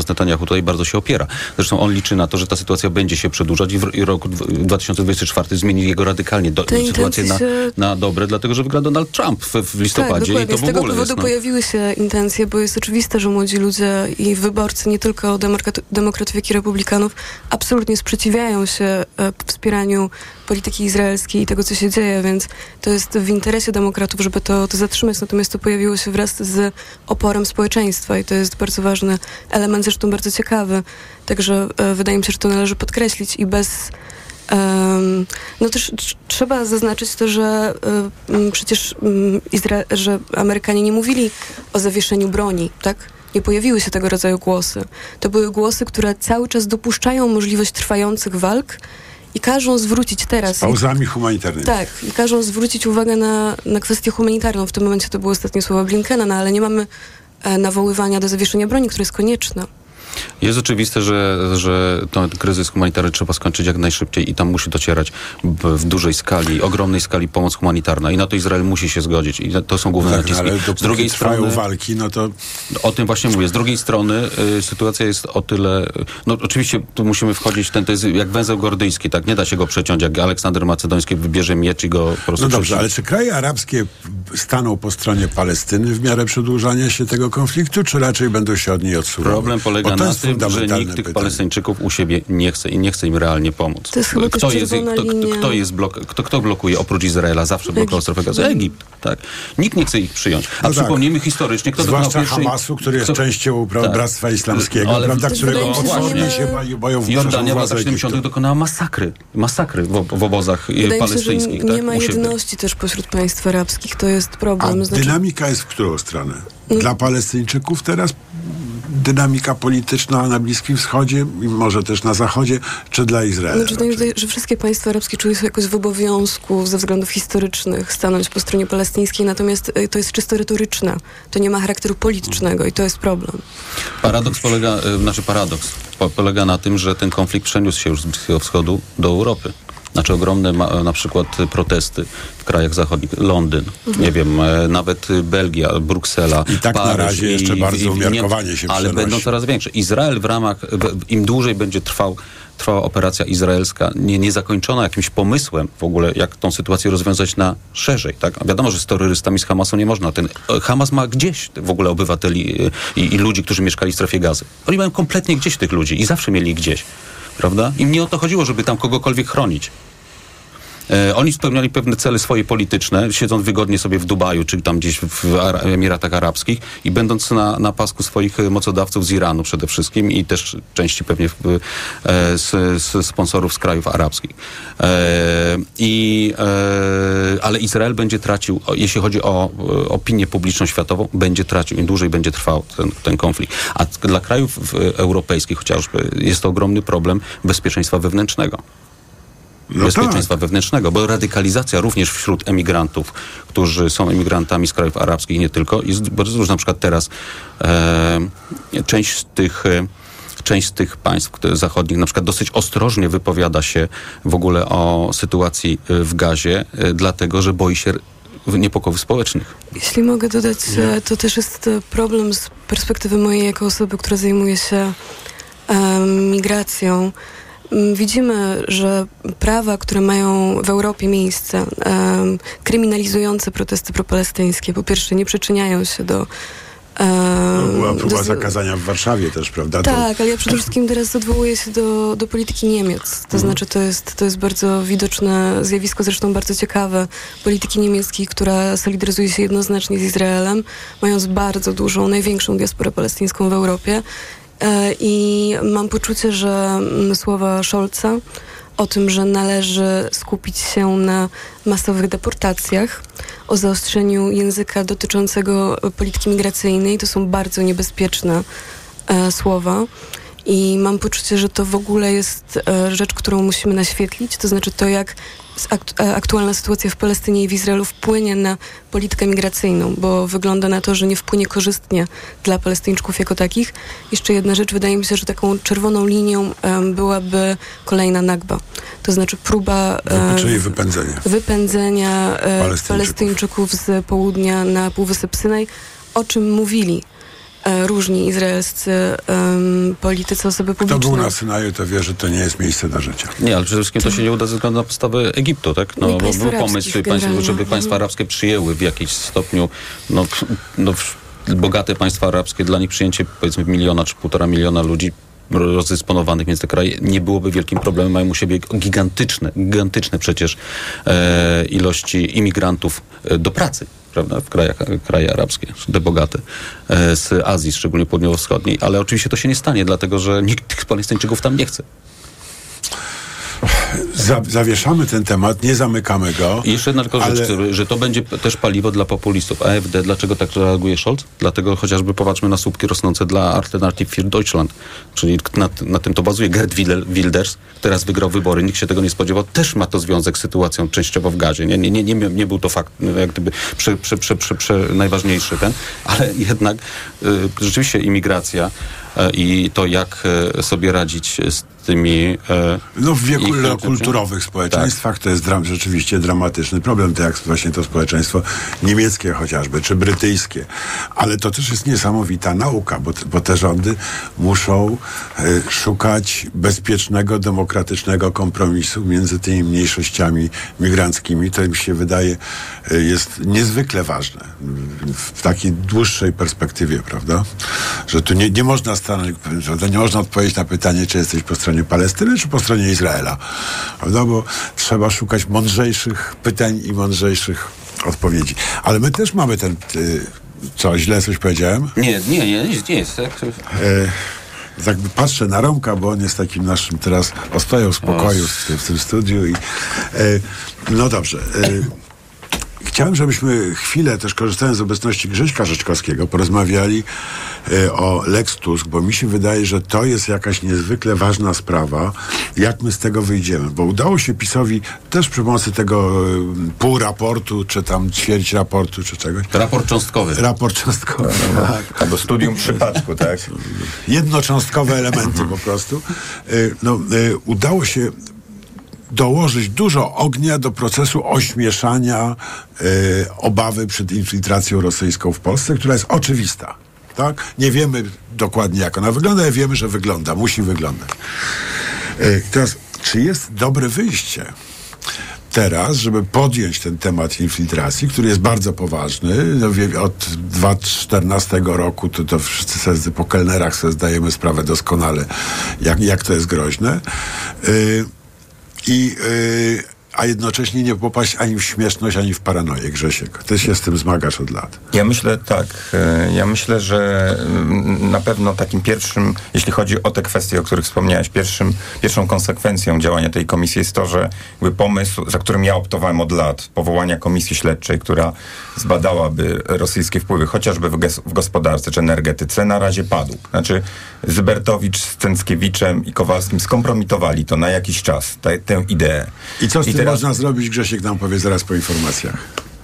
Netanyahu tutaj bardzo się opiera. Zresztą on liczy na to, że ta sytuacja będzie się przedłużać i w roku dwa tysiące dwudziestym czwartym zmieni jego radykalnie do, sytuację na, na dobre, dlatego że wygra Donald Trump w, w listopadzie. Tak, i to z w tego ogóle powodu jest, no... pojawiły się intencje, bo jest oczywiste, że młodzi ludzie i wyborcy nie tylko demokrat- demokratów, jak i republikanów absolutnie sprzeciwiają się e, wspieraniu polityki izraelskiej i tego, co się dzieje, więc to jest w interesie demokratów, żeby to, to zatrzymać, natomiast to pojawiło się wraz z oporem społeczeństwa i to jest bardzo ważny element, zresztą bardzo ciekawy, także e, wydaje mi się, że to należy podkreślić i bez Um, no też tr- trzeba zaznaczyć to, że y, przecież y, Izra- że Amerykanie nie mówili o zawieszeniu broni, tak? Nie pojawiły się tego rodzaju głosy. To były głosy, które cały czas dopuszczają możliwość trwających walk i każą zwrócić teraz... Z pauzami humanitarnymi. Tak, i każą zwrócić uwagę na, na kwestię humanitarną. W tym momencie to były ostatnie słowa Blinkena, no ale nie mamy e, nawoływania do zawieszenia broni, które jest konieczne. Jest oczywiste, że, że ten kryzys humanitarny trzeba skończyć jak najszybciej i tam musi docierać w, w dużej skali, ogromnej skali pomoc humanitarna i na to Izrael musi się zgodzić i to są główne no tak, naciski. Ale z drugiej strony walki, no to... O tym właśnie mówię. Z drugiej strony y, sytuacja jest o tyle... No oczywiście tu musimy wchodzić w ten... To jest jak węzeł gordyjski, tak? Nie da się go przeciąć, jak Aleksander Macedoński wybierze miecz i go po prostu... No dobrze, ale czy kraje arabskie staną po stronie Palestyny w miarę przedłużania się tego konfliktu, czy raczej będą się od niej odsuwały? Problem polega na tym, że nikt tych pytanie. Palestyńczyków u siebie nie chce i nie chce im realnie pomóc. To jest chyba kto, jest, kto, kto, kto, jest blok, kto, kto blokuje oprócz Izraela zawsze blokował strefę gazy? Egipt. Tak. Nikt nie chce ich przyjąć. A no przypomnijmy tak. historycznie, kto zwłaszcza dokonał pierwszej... Hamasu, który jest kto... częścią tak. Bractwa Islamskiego, ale prawda, którego potwornie się boją. Jordania w latach siedemdziesiątych dokonała masakry. Masakry w, w obozach Wydaje palestyńskich. Mi się, że tak? nie ma jedności też pośród państw arabskich. To jest problem. A znaczy... dynamika jest w którą stronę? Dla Palestyńczyków teraz dynamika polityczna na Bliskim Wschodzie i może też na Zachodzie, czy dla Izraela? Znaczy, to jest, że wszystkie państwa arabskie czują się jakoś w obowiązku ze względów historycznych stanąć po stronie palestyńskiej, natomiast to jest czysto retoryczne. To nie ma charakteru politycznego i to jest problem. Paradoks polega, znaczy paradoks po, polega na tym, że ten konflikt przeniósł się już z Bliskiego Wschodu do Europy. Znaczy ogromne ma, na przykład protesty w krajach zachodnich. Londyn, mhm. nie wiem, e, nawet Belgia, Bruksela, I tak Paryż, na razie jeszcze i, bardzo i, umiarkowanie się ale przenosi. będą coraz większe. Izrael w ramach, im dłużej będzie trwał trwała operacja izraelska, nie, niezakończona jakimś pomysłem w ogóle, jak tą sytuację rozwiązać na szerzej, tak? A wiadomo, że z terrorystami z Hamasu nie można. Ten Hamas ma gdzieś w ogóle obywateli i, i ludzi, którzy mieszkali w strefie gazy. Oni mają kompletnie gdzieś tych ludzi i zawsze mieli gdzieś. Prawda? Im nie o to chodziło, żeby tam kogokolwiek chronić. E, oni spełniali pewne cele swoje polityczne, siedząc wygodnie sobie w Dubaju, czy tam gdzieś w Emiratach Arabskich i będąc na, na pasku swoich mocodawców z Iranu przede wszystkim i też części pewnie w, e, z, z sponsorów z krajów arabskich. E, i, e, ale Izrael będzie tracił, jeśli chodzi o opinię publiczną światową, będzie tracił, im dłużej będzie trwał ten, ten konflikt. A dla krajów europejskich chociażby jest to ogromny problem bezpieczeństwa wewnętrznego. No bezpieczeństwa tak. wewnętrznego, bo radykalizacja również wśród emigrantów, którzy są emigrantami z krajów arabskich, nie tylko, jest bardzo różna. Na przykład teraz e, część z tych e, część z tych państw zachodnich na przykład dosyć ostrożnie wypowiada się w ogóle o sytuacji w Gazie, e, dlatego, że boi się niepokojów społecznych. Jeśli mogę dodać, nie. to też jest problem z perspektywy mojej jako osoby, która zajmuje się e, migracją. Widzimy, że prawa, które mają w Europie miejsce, um, kryminalizujące protesty propalestyńskie, po pierwsze nie przyczyniają się do... Um, no, była próba do, zakazania w Warszawie też, prawda? Tak, to... ale ja przede wszystkim teraz odwołuję się do, do polityki Niemiec. To mhm. znaczy to jest, to jest bardzo widoczne zjawisko, zresztą bardzo ciekawe, polityki niemieckiej, która solidaryzuje się jednoznacznie z Izraelem, mając bardzo dużą, największą diasporę palestyńską w Europie. I mam poczucie, że słowa Scholza o tym, że należy skupić się na masowych deportacjach, o zaostrzeniu języka dotyczącego polityki migracyjnej, to są bardzo niebezpieczne e, słowa. I mam poczucie, że to w ogóle jest e, rzecz, którą musimy naświetlić, to znaczy to, jak aktualna sytuacja w Palestynie i w Izraelu wpłynie na politykę migracyjną, bo wygląda na to, że nie wpłynie korzystnie dla Palestyńczyków jako takich. Jeszcze jedna rzecz, wydaje mi się, że taką czerwoną linią um, byłaby kolejna Nakba. To znaczy próba um, Czyli wypędzenie. wypędzenia um, Palestyńczyków. Palestyńczyków z południa na Półwysep Synaj, o czym mówili e, różni izraelscy um, politycy, osoby publiczne. Kto był na Synaju, to wie, że to nie jest miejsce dla życia. Nie, ale przede wszystkim to się nie uda ze względu na podstawy Egiptu, tak? No, bo był pomysł, żeby państwa, żeby państwa arabskie przyjęły w jakimś stopniu no, no, bogate państwa arabskie, dla nich przyjęcie powiedzmy miliona czy półtora miliona ludzi rozdysponowanych między te kraje nie byłoby wielkim problemem. Mają u siebie gigantyczne, gigantyczne przecież e, ilości imigrantów e, do pracy, prawda, w krajach, kraje arabskie, te bogate, e, z Azji, szczególnie południowo-wschodniej, ale oczywiście to się nie stanie, dlatego że nikt tych Palestyńczyków tam nie chce. Za, zawieszamy ten temat, nie zamykamy go. I jeszcze jedna tylko ale... rzecz, że to będzie też paliwo dla populistów. A F D, dlaczego tak reaguje Scholz? Dlatego chociażby popatrzmy na słupki rosnące dla Alternative für Deutschland, czyli na, na tym to bazuje Geert Wilders, teraz wygrał wybory, nikt się tego nie spodziewał, też ma to związek z sytuacją częściowo w Gazie. Nie, nie, nie, nie, nie był to fakt, jak gdyby prze, prze, prze, prze, prze, najważniejszy ten, ale jednak y, rzeczywiście imigracja y, i to, jak y, sobie radzić z tymi... E, no w wieku kulturowych społeczeństwach tak. To jest dram, rzeczywiście dramatyczny problem, tak jak właśnie to społeczeństwo niemieckie chociażby, czy brytyjskie. Ale to też jest niesamowita nauka, bo, bo te rządy muszą e, szukać bezpiecznego, demokratycznego kompromisu między tymi mniejszościami migranckimi. To mi się wydaje e, jest niezwykle ważne w takiej dłuższej perspektywie, prawda? Że tu nie, nie można stanąć, że nie można odpowiedzieć na pytanie, czy jesteś po stronie Palestyny, czy po stronie Izraela. Prawda? Bo trzeba szukać mądrzejszych pytań i mądrzejszych odpowiedzi. Ale my też mamy ten... Y, co, źle coś powiedziałem? Nie, nie, nie, nie, nie jest. Tak, e, tak patrzę na Romka, bo on jest takim naszym teraz ostoją spokoju w tym, w tym studiu. I, e, no dobrze. E, Chciałem, żebyśmy chwilę, też korzystając z obecności Grześka Rzeczkowskiego, porozmawiali e, o Lex Tusk, bo mi się wydaje, że to jest jakaś niezwykle ważna sprawa, jak my z tego wyjdziemy. Bo udało się PiS-owi też przy pomocy tego e, pół raportu, czy tam ćwierć raportu, czy czegoś. Raport cząstkowy. Raport cząstkowy, tak. Albo studium przypadku, tak? Jednocząstkowe elementy po prostu. E, no, e, udało się dołożyć dużo ognia do procesu ośmieszania y, obawy przed infiltracją rosyjską w Polsce, która jest oczywista. Tak? Nie wiemy dokładnie, jak ona wygląda, ale wiemy, że wygląda, musi wyglądać. Y, teraz, czy jest dobre wyjście teraz, żeby podjąć ten temat infiltracji, który jest bardzo poważny. No, od dwa tysiące czternastego roku to, to wszyscy sobie, po kelnerach sobie zdajemy sprawę doskonale, jak, jak to jest groźne. Y, I, yy, a jednocześnie nie popaść ani w śmieszność, ani w paranoję. Grzesiek, ty się z tym zmagasz od lat. Ja myślę tak. Yy, ja myślę, że yy, na pewno takim pierwszym, jeśli chodzi o te kwestie, o których wspomniałeś, pierwszym, pierwszą konsekwencją działania tej komisji jest to, że jakby pomysł, za którym ja optowałem od lat, powołania komisji śledczej, która zbadałaby rosyjskie wpływy chociażby w, ges- w gospodarce czy energetyce, na razie padł. Znaczy Zybertowicz z Cęckiewiczem i Kowalskim skompromitowali to na jakiś czas, te, tę ideę. I co z I tym teraz... można zrobić? Grzesiek nam powie zaraz po informacjach.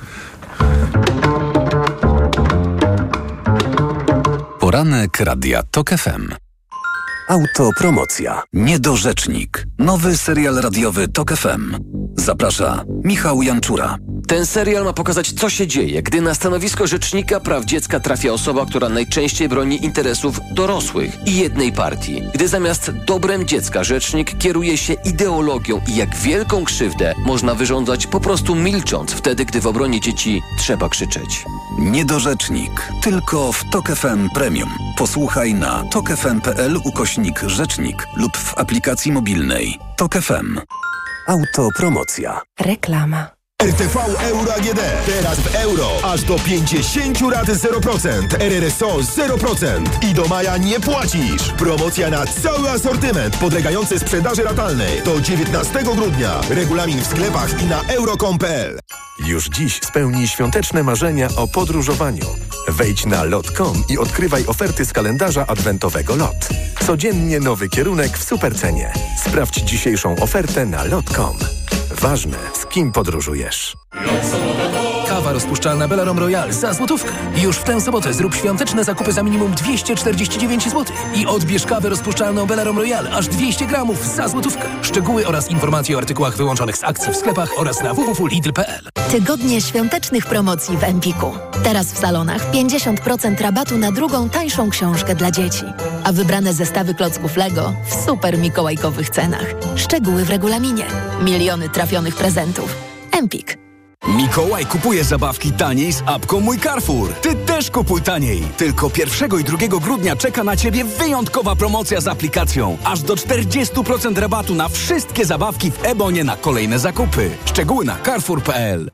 Poranek Radia Tok F M. Autopromocja. Niedorzecznik. Nowy serial radiowy Tok F M. Zaprasza Michał Janczura. Ten serial ma pokazać, co się dzieje, gdy na stanowisko rzecznika praw dziecka trafia osoba, która najczęściej broni interesów dorosłych i jednej partii. Gdy zamiast dobrem dziecka rzecznik kieruje się ideologią i jak wielką krzywdę można wyrządzać po prostu milcząc wtedy, gdy w obronie dzieci trzeba krzyczeć. Niedorzecznik. Tylko w Tok F M Premium. Posłuchaj na tokfm.pl ukośnik rzecznik lub w aplikacji mobilnej. Tok F M. Autopromocja. Reklama. R T V Euro A G D. Teraz w euro. Aż do pięćdziesiąt rat zero procent. R R S O zero procent. I do maja nie płacisz. Promocja na cały asortyment podlegający sprzedaży ratalnej. Do dziewiętnastego grudnia. Regulamin w sklepach i na euro kropka com kropka p l. Już dziś spełnij świąteczne marzenia o podróżowaniu. Wejdź na lot kropka com i odkrywaj oferty z kalendarza adwentowego LOT. Codziennie nowy kierunek w supercenie. Sprawdź dzisiejszą ofertę na lot kropka com. Ważne, z kim podróżujesz. Kawa kawa rozpuszczalna Bellarom Royal za złotówkę. Już w tę sobotę zrób świąteczne zakupy za minimum dwieście czterdzieści dziewięć złotych i odbierz kawę rozpuszczalną Bellarom Royal aż dwieście gramów za złotówkę. Szczegóły oraz informacje o artykułach wyłączonych z akcji w sklepach oraz na w w w kropka lidl kropka p l. Tygodnie świątecznych promocji w Empiku. Teraz w salonach pięćdziesiąt procent rabatu na drugą tańszą książkę dla dzieci. A wybrane zestawy klocków Lego w super mikołajkowych cenach. Szczegóły w regulaminie. Miliony trafionych prezentów. Empik. Mikołaj kupuje zabawki taniej z apką Mój Carrefour. Ty też kupuj taniej. Tylko pierwszego i drugiego grudnia czeka na Ciebie wyjątkowa promocja z aplikacją. Aż do czterdzieści procent rabatu na wszystkie zabawki w e-bonie na kolejne zakupy. Szczegóły na carrefour kropka p l.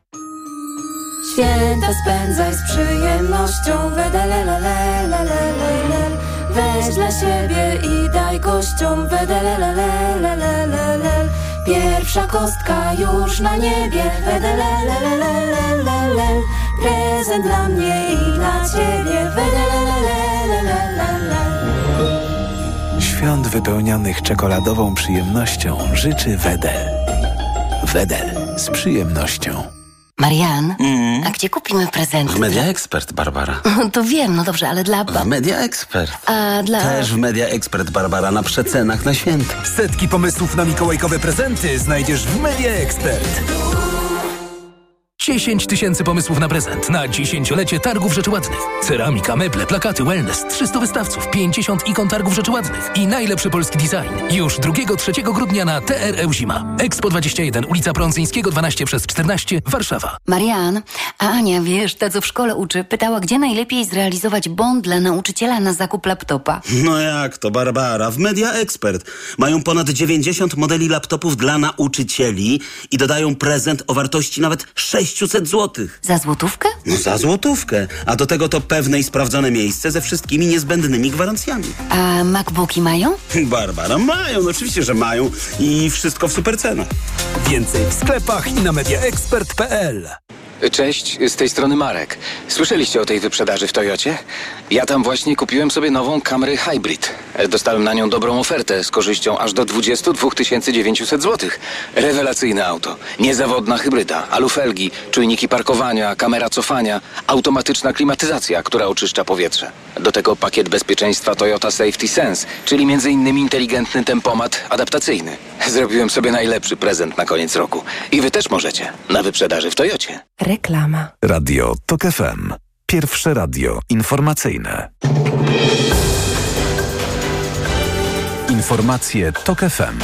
Święta spędzaj z przyjemnością, wedelelelelelelelel. Weź dla siebie i daj gościom, wedelelelelelelel. Pierwsza kostka już na niebie, wedelelelelelelel. Prezent dla mnie i dla ciebie, wedelelelelelelel. Świąt wypełnionych czekoladową przyjemnością życzy Wedel. Wedel z przyjemnością. Marian, Mm. a gdzie kupimy prezenty? W Media Expert, Barbara. To wiem, no dobrze, ale dla... W Media Expert. A dla... Też w Media Expert, Barbara, na przecenach na święta. Setki pomysłów na mikołajkowe prezenty znajdziesz w Media Expert. dziesięć tysięcy pomysłów na prezent na dziesięciolecie Targów Rzeczy Ładnych. Ceramika, meble, plakaty, wellness, trzysta wystawców, pięćdziesiąt ikon Targów Rzeczy Ładnych i najlepszy polski design. Już drugiego do trzeciego grudnia na T R Euzima. Expo dwadzieścia jeden, ulica Prądzyńskiego dwanaście przez czternaście, Warszawa. Marian, a Ania, wiesz, ta co w szkole uczy, pytała, gdzie najlepiej zrealizować bon dla nauczyciela na zakup laptopa. No jak to, Barbara? W Media Expert mają ponad dziewięćdziesiąt modeli laptopów dla nauczycieli i dodają prezent o wartości nawet sześćset złotych. Za złotówkę? No za złotówkę. A do tego to pewne i sprawdzone miejsce ze wszystkimi niezbędnymi gwarancjami. A MacBooki mają? Barbara, mają, no oczywiście, że mają i wszystko w super cenach. Więcej w sklepach i na mediaexpert kropka p l. Cześć, z tej strony Marek. Słyszeliście o tej wyprzedaży w Toyocie? Ja tam właśnie kupiłem sobie nową Camry Hybrid. Dostałem na nią dobrą ofertę z korzyścią aż do dwadzieścia dwa tysiące dziewięćset złotych. Rewelacyjne auto. Niezawodna hybryda, alufelgi, czujniki parkowania, kamera cofania, automatyczna klimatyzacja, która oczyszcza powietrze. Do tego pakiet bezpieczeństwa Toyota Safety Sense, czyli między innymi inteligentny tempomat adaptacyjny. Zrobiłem sobie najlepszy prezent na koniec roku. I wy też możecie. Na wyprzedaży w Toyocie. Reklama. Radio TOK F M. Pierwsze radio informacyjne. Informacje TOK F M.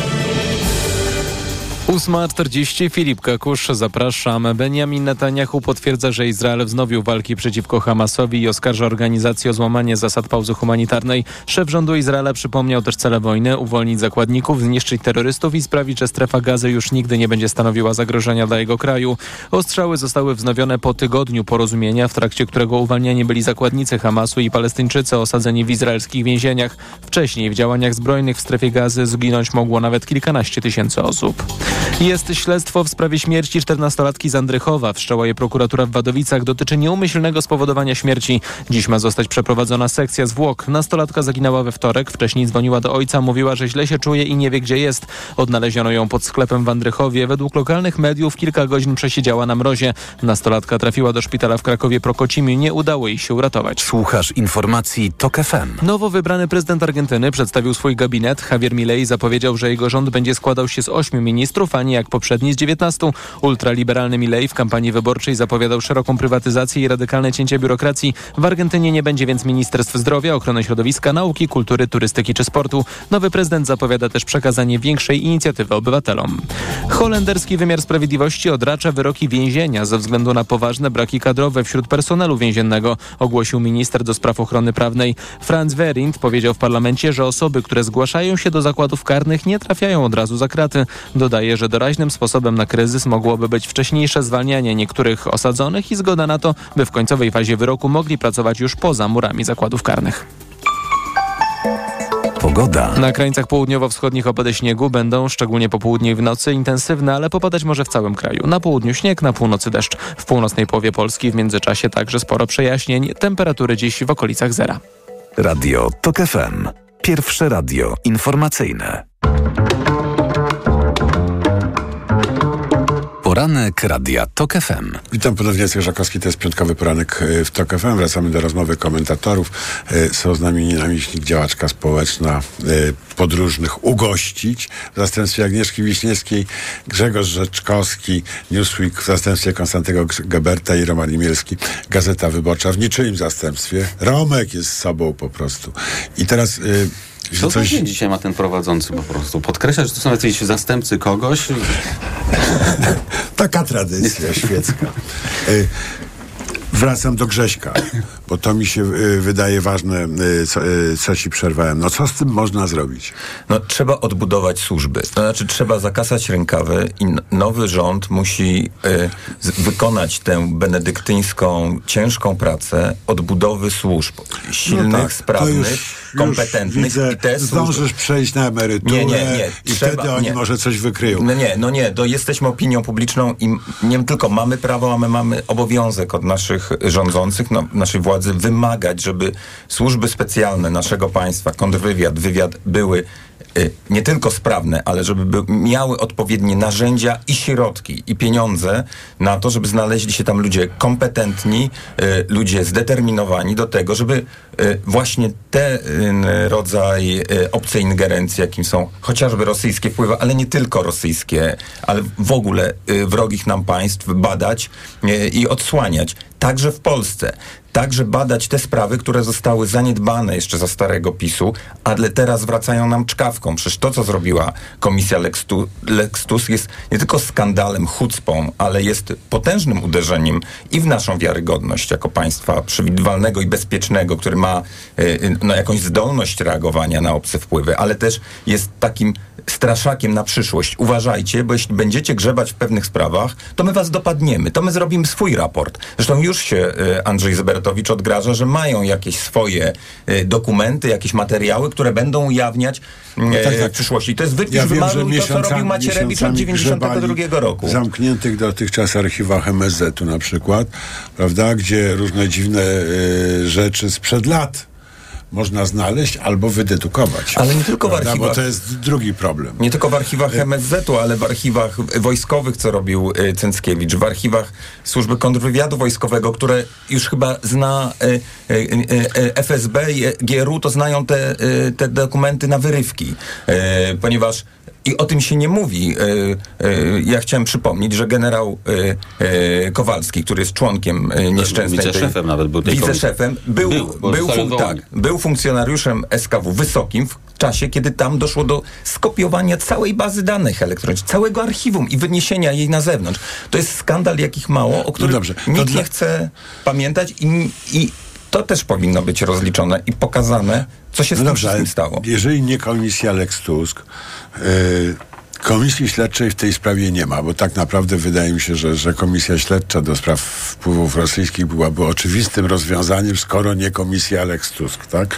ósma czterdzieści, Filip Kakusz, zapraszam. Benjamin Netanyahu potwierdza, że Izrael wznowił walki przeciwko Hamasowi i oskarża organizację o złamanie zasad pauzy humanitarnej. Szef rządu Izraela przypomniał też cele wojny: uwolnić zakładników, zniszczyć terrorystów i sprawić, że strefa Gazy już nigdy nie będzie stanowiła zagrożenia dla jego kraju. Ostrzały zostały wznowione po tygodniu porozumienia, w trakcie którego uwalniani byli zakładnicy Hamasu i Palestyńczycy osadzeni w izraelskich więzieniach. Wcześniej w działaniach zbrojnych w strefie Gazy zginąć mogło nawet kilkanaście tysięcy osób. Jest śledztwo w sprawie śmierci czternastolatki z Andrychowa. Wszczęła je prokuratura w Wadowicach. Dotyczy nieumyślnego spowodowania śmierci. Dziś ma zostać przeprowadzona sekcja zwłok. Nastolatka zaginęła we wtorek. Wcześniej dzwoniła do ojca, mówiła, że źle się czuje i nie wie, gdzie jest. Odnaleziono ją pod sklepem w Andrychowie. Według lokalnych mediów kilka godzin przesiedziała na mrozie. Nastolatka trafiła do szpitala w Krakowie Prokocimiu. Nie udało jej się uratować. Słuchasz informacji TOK F M. Nowo wybrany prezydent Argentyny przedstawił swój gabinet. Javier Milei zapowiedział, że jego rząd będzie składał się z ośmiu ministrów, a nie jak poprzedni z dziewiętnastu. Ultraliberalny Milei w kampanii wyborczej zapowiadał szeroką prywatyzację i radykalne cięcie biurokracji. W Argentynie nie będzie więc ministerstw zdrowia, ochrony środowiska, nauki, kultury, turystyki czy sportu. Nowy prezydent zapowiada też przekazanie większej inicjatywy obywatelom. Holenderski wymiar sprawiedliwości odracza wyroki więzienia ze względu na poważne braki kadrowe wśród personelu więziennego, ogłosił minister do spraw ochrony prawnej. Frans Werindt powiedział w parlamencie, że osoby, które zgłaszają się do zakładów karnych, nie trafiają od razu za kraty. Dodaje, że doraźnym sposobem na kryzys mogłoby być wcześniejsze zwalnianie niektórych osadzonych i zgoda na to, by w końcowej fazie wyroku mogli pracować już poza murami zakładów karnych. Pogoda. Na krańcach południowo-wschodnich opady śniegu będą, szczególnie po południu i w nocy, intensywne, ale popadać może w całym kraju. Na południu śnieg, na północy deszcz. W północnej połowie Polski w międzyczasie także sporo przejaśnień. Temperatury dziś w okolicach zera. Radio TOK F M. Pierwsze radio informacyjne. Poranny Poranek Radia Tok F M. Witam ponownie, Jacek Żakowski, to jest piątkowy poranek w Tok F M. Wracamy do rozmowy komentatorów. Są z nami Nina Miśnik, działaczka społeczna, podróżnych ugościć. W zastępstwie Agnieszki Wiśniewskiej, Grzegorz Rzeczkowski, Newsweek w zastępstwie Konstantego Geberta i Roman Imielski, Gazeta Wyborcza w niczyim zastępstwie. Romek jest sobą po prostu. I teraz... Co coś dzisiaj ma ten prowadzący po prostu? Podkreśla, że to są jacyś zastępcy kogoś? Taka tradycja świecka. Wracam do Grześka, bo to mi się y, wydaje ważne, y, co, y, co ci przerwałem. No co z tym można zrobić? No trzeba odbudować służby. To znaczy trzeba zakasać rękawy i n- nowy rząd musi y, z- wykonać tę benedyktyńską, ciężką pracę odbudowy służb. Silnych, no tak, sprawnych, już, kompetentnych. Już widzę, i te zdążysz służby... przejść na emeryturę nie, nie, nie. i Trzeba, wtedy oni nie. może coś wykryją. No nie, no nie. To jesteśmy opinią publiczną i nie tylko mamy prawo, a my mamy obowiązek od naszych rządzących, no, naszej władzy wymagać, żeby służby specjalne naszego państwa, kontrwywiad, wywiad były y, nie tylko sprawne, ale żeby by, miały odpowiednie narzędzia i środki i pieniądze na to, żeby znaleźli się tam ludzie kompetentni, y, ludzie zdeterminowani do tego, żeby y, właśnie ten y, rodzaj y, obcej ingerencji, jakim są chociażby rosyjskie wpływy, ale nie tylko rosyjskie, ale w ogóle y, wrogich nam państw badać y, i odsłaniać. Także w Polsce. Także badać te sprawy, które zostały zaniedbane jeszcze za starego PiSu, ale teraz wracają nam czkawką. Przecież to, co zrobiła Komisja Lex Tu- Lex Tusk, jest nie tylko skandalem, chucpą, ale jest potężnym uderzeniem i w naszą wiarygodność jako państwa przewidywalnego i bezpiecznego, który ma y, no, jakąś zdolność reagowania na obce wpływy, ale też jest takim straszakiem na przyszłość. Uważajcie, bo jeśli będziecie grzebać w pewnych sprawach, to my was dopadniemy, to my zrobimy swój raport. Zresztą już się y, Andrzej Zebertowicz odgraża, że mają jakieś swoje y, dokumenty, jakieś materiały, które będą ujawniać y, no tak, tak. w przyszłości. To jest wypisz ja wymaru to, co robił Macierewicz od dziewięćdziesiątego drugiego roku. W zamkniętych dotychczas archiwach M S Z-u na przykład, prawda, gdzie różne dziwne y, rzeczy sprzed lat można znaleźć albo wydedukować. Ale nie tylko prawda? w archiwach. Bo to jest drugi problem. Nie tylko w archiwach M S Z-u, ale w archiwach wojskowych, co robił y, Cęckiewicz, w archiwach Służby Kontrwywiadu Wojskowego, które już chyba zna y, y, y, F S B i G R U, to znają te, y, te dokumenty na wyrywki. Y, ponieważ i o tym się nie mówi. Y, y, ja chciałem przypomnieć, że generał y, y, Kowalski, który jest członkiem y, nieszczęsnej... Wiceszefem nawet był tej Wiceszefem. Był, był, był, fun- tak, był funkcjonariuszem S K W wysokim w czasie, kiedy tam doszło do skopiowania całej bazy danych elektronicznych, całego archiwum i wyniesienia jej na zewnątrz. To jest skandal, jakich mało, o którym no dobrze, nikt dla... nie chce pamiętać i, i to też powinno być rozliczone i pokazane, co się z no tym dobrze, wszystkim stało. Jeżeli nie komisja Lex Tusk, yy, komisji śledczej w tej sprawie nie ma, bo tak naprawdę wydaje mi się, że, że komisja śledcza do spraw wpływów rosyjskich byłaby oczywistym rozwiązaniem, skoro nie komisja Lex Tusk, tak?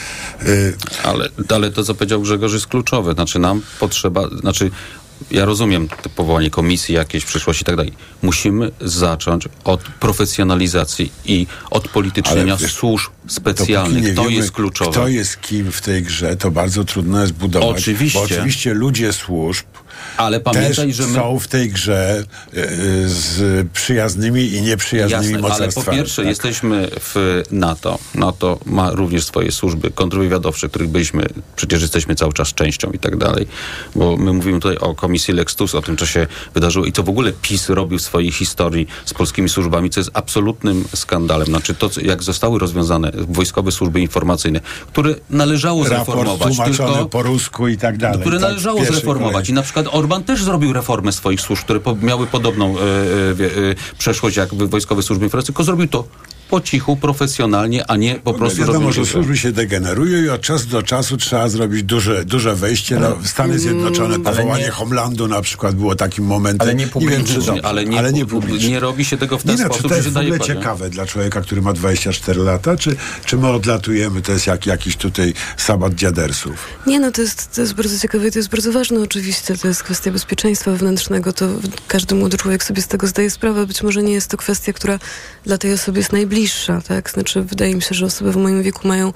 Yy. Ale, ale to, co powiedział Grzegorz, jest kluczowe. Znaczy nam potrzeba, znaczy ja rozumiem te powołanie komisji jakiejś w przyszłości i tak dalej. Musimy zacząć od profesjonalizacji i od politycznienia wiesz, służb specjalnych. To jest kluczowe. Kto jest kim w tej grze, to bardzo trudno jest budować. Oczywiście. Bo oczywiście ludzie służb ale pamiętaj, też że my... są w tej grze y, z przyjaznymi i nieprzyjaznymi Jasne, mocarstwami. Ale po pierwsze tak? jesteśmy w NATO. NATO ma również swoje służby kontrwywiadowcze, których byliśmy, przecież jesteśmy cały czas częścią i tak dalej. Bo my mówimy tutaj o komisji Lex Tusk, o tym, co się wydarzyło i co w ogóle PiS robił w swojej historii z polskimi służbami, co jest absolutnym skandalem. Znaczy to, jak zostały rozwiązane wojskowe służby informacyjne, które należało Raport zreformować. tłumaczony tylko, po rusku i tak dalej. Które tak? należało zreformować. Kolei. I na przykład Orban też zrobił reformę swoich służb, które po, miały podobną e, e, e, przeszłość jak wojskowe służby informacyjne, tylko zrobił to po cichu, profesjonalnie, a nie po prostu... Wiadomo, że służby się degenerują i od czasu do czasu trzeba zrobić duże, duże wejście. No, Stany Zjednoczone, powołanie nie, Homelandu na przykład było takim momentem. Ale nie publicznie. Nie, wiem, ale nie, ale nie, publicznie. Nie robi się tego w ten nie, sposób, czy to jest że w ogóle daje ciekawe dla człowieka, który ma dwadzieścia cztery lata, czy, czy my odlatujemy, to jest jak, jakiś tutaj sabat dziadersów? Nie, no to jest, to jest bardzo ciekawe i to jest bardzo ważne oczywiście. To jest kwestia bezpieczeństwa wewnętrznego. To każdy młody człowiek sobie z tego zdaje sprawę. Być może nie jest to kwestia, która dla tej osoby jest najbliższa, tak? Znaczy, wydaje mi się, że osoby w moim wieku mają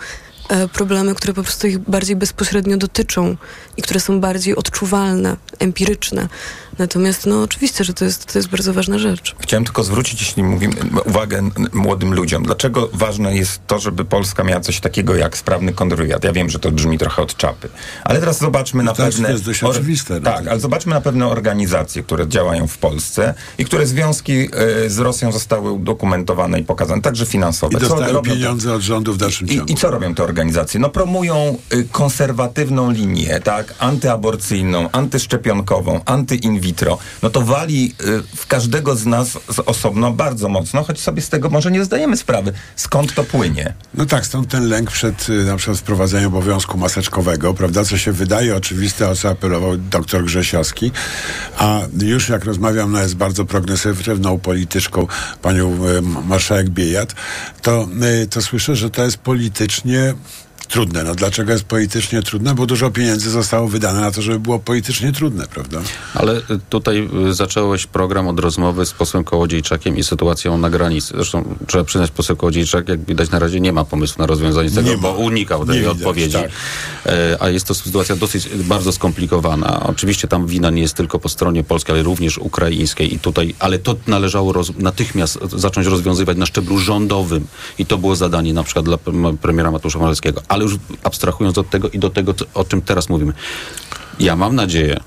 e, problemy, które po prostu ich bardziej bezpośrednio dotyczą i które są bardziej odczuwalne, empiryczne. Natomiast no oczywiście, że to jest, to jest bardzo ważna rzecz. Chciałem tylko zwrócić, jeśli mówimy, uwagę młodym ludziom. Dlaczego ważne jest to, żeby Polska miała coś takiego jak sprawny kontrwywiad? Ja wiem, że to brzmi trochę od czapy. Ale teraz zobaczmy na to pewne... To jest dość oczywiste. Or- tak, ale zobaczmy na pewne organizacje, które działają w Polsce i które związki y, z Rosją zostały udokumentowane i pokazane, także finansowe. I dostają co pieniądze te... od rządu w dalszym ciągu. I, I co robią te organizacje? No promują y, konserwatywną linię, tak? Antyaborcyjną, antyszczepionkową, anty-in vitro. No to wali y, w każdego z nas z osobno bardzo mocno, choć sobie z tego może nie zdajemy sprawy. Skąd to płynie? No tak, stąd ten lęk przed y, na przykład wprowadzeniem obowiązku maseczkowego, prawda, co się wydaje oczywiste, o co apelował doktor Grzesiowski, a już jak rozmawiam no, z bardzo progresywną polityczką, panią y, marszałek Biejat, to, y, to słyszę, że to jest politycznie trudne. No dlaczego jest politycznie trudne? Bo dużo pieniędzy zostało wydane na to, żeby było politycznie trudne, prawda? Ale tutaj zacząłeś program od rozmowy z posłem Kołodziejczakiem i sytuacją na granicy. Zresztą trzeba przyznać, poseł Kołodziejczak, jak widać na razie nie ma pomysłu na rozwiązanie tego, nie bo ma. unikał tej widać, odpowiedzi. Tak. E, a jest to sytuacja dosyć bardzo skomplikowana. Oczywiście tam wina nie jest tylko po stronie polskiej, ale również ukraińskiej i tutaj, ale to należało roz, natychmiast zacząć rozwiązywać na szczeblu rządowym i to było zadanie na przykład dla premiera Mateusza Morawieckiego. Ale już abstrahując od tego i do tego, o czym teraz mówimy. Ja mam nadzieję,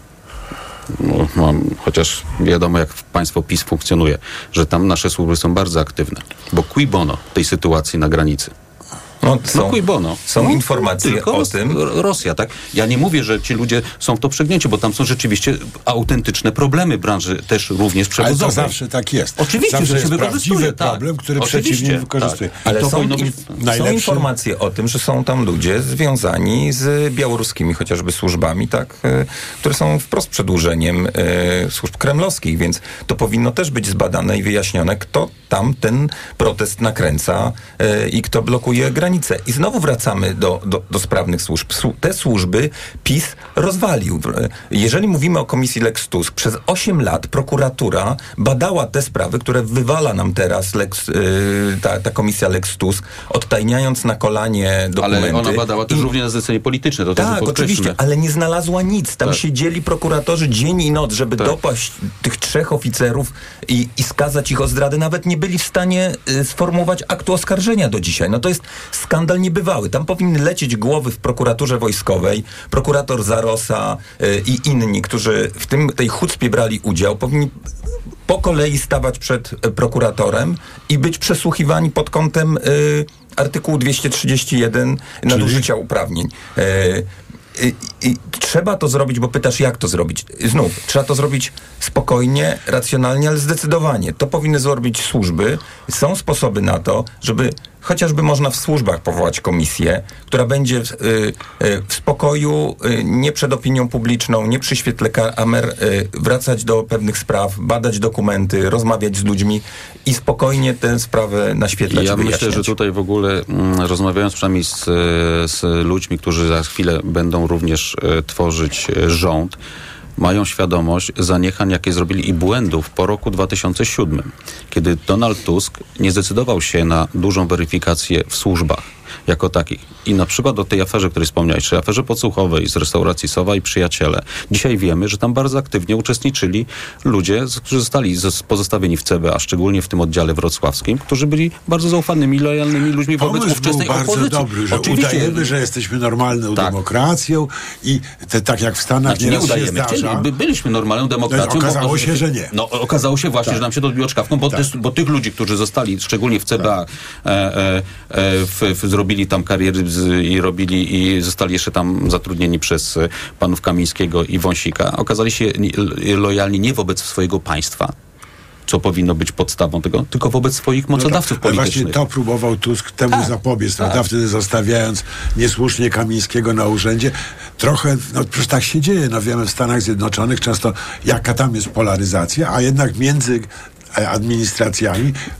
no, mam, chociaż wiadomo, jak państwo PiS funkcjonuje, że tam nasze służby są bardzo aktywne. Bo cui bono tej sytuacji na granicy? No, są, no cui bono. Są no, informacje tylko o tym. Rosja, tak? Ja nie mówię, że ci ludzie są w to przegnięci, bo tam są rzeczywiście autentyczne problemy branży też również przewozowej. Ale to zawsze tak jest. Oczywiście, zawsze że się jest wykorzystuje. problem, tak. który Oczywiście, przeciwnik wykorzystuje. Tak. Ale to są, być in, są informacje o tym, że są tam ludzie związani z białoruskimi chociażby służbami, tak, y, które są wprost przedłużeniem y, służb kremlowskich, więc to powinno też być zbadane i wyjaśnione, kto tam ten protest nakręca y, i kto blokuje granice. I znowu wracamy do, do, do sprawnych służb. Te służby PiS rozwalił. Jeżeli mówimy o komisji Lex Tusk, przez osiem lat prokuratura badała te sprawy, które wywala nam teraz Lex, yy, ta, ta komisja Lex Tusk, odtajniając na kolanie dokumenty. Ale ona badała też I... również na zlecenie polityczne. To tak, oczywiście, ale nie znalazła nic. Tam tak. siedzieli prokuratorzy dzień i noc, żeby tak. dopaść tych trzech oficerów i, i skazać ich o zdradę. Nawet nie byli w stanie y, sformułować aktu oskarżenia do dzisiaj. No to jest skandal niebywały. Tam powinny lecieć głowy w prokuraturze wojskowej, prokurator Zarosa y, i inni, którzy w tym, tej chucpie brali udział, powinni po kolei stawać przed y, prokuratorem i być przesłuchiwani pod kątem y, artykułu dwieście trzydzieści jeden nadużycia uprawnień. Y, I, I trzeba to zrobić, bo pytasz, jak to zrobić. Znów, trzeba to zrobić spokojnie, racjonalnie, ale zdecydowanie. To powinny zrobić służby. Są sposoby na to, żeby chociażby można w służbach powołać komisję, która będzie w, y, y, w spokoju, y, nie przed opinią publiczną, nie przy świetle kamer, y, wracać do pewnych spraw, badać dokumenty, rozmawiać z ludźmi i spokojnie tę sprawę naświetlać. Ja i wyjaśniać. myślę, że tutaj w ogóle mm, rozmawiając przynajmniej z, z ludźmi, którzy za chwilę będą również y, tworzyć y, rząd, mają świadomość zaniechań, jakie zrobili i błędów po roku dwa tysiące siódmym, kiedy Donald Tusk nie zdecydował się na dużą weryfikację w służbach jako takich. I na przykład o tej aferze, o której wspomniałeś, czy aferze podsłuchowej z restauracji Sowa i Przyjaciele. Dzisiaj wiemy, że tam bardzo aktywnie uczestniczyli ludzie, którzy zostali pozostawieni w C B, a szczególnie w tym oddziale wrocławskim, którzy byli bardzo zaufanymi, lojalnymi ludźmi wobec Pomysł ówczesnej był bardzo opozycji. dobry, że Oczywiście. udajemy, że jesteśmy normalną tak. demokracją i te, tak jak w Stanach znaczy, nieraz nie udajemy. się zdarza. By, byliśmy normalną demokracją. No, okazało bo, się, że nie. No okazało się właśnie, tak. że nam się to odbiło czkawką, bo, tak. te, bo tych ludzi, którzy zostali, szczególnie w C B A, tak. e, e, e, w, w, zrobili tam kariery z, i robili i zostali jeszcze tam zatrudnieni przez panów Kamińskiego i Wąsika. Okazali się lojalni nie wobec swojego państwa, co powinno być podstawą tego, tylko wobec swoich mocodawców no tak, politycznych. Właśnie to próbował Tusk temu tak, zapobiec, prawda? Tak. Wtedy zostawiając niesłusznie Kamińskiego na urzędzie. Trochę, no przecież tak się dzieje, no wiemy w Stanach Zjednoczonych często jaka tam jest polaryzacja, a jednak między administracjami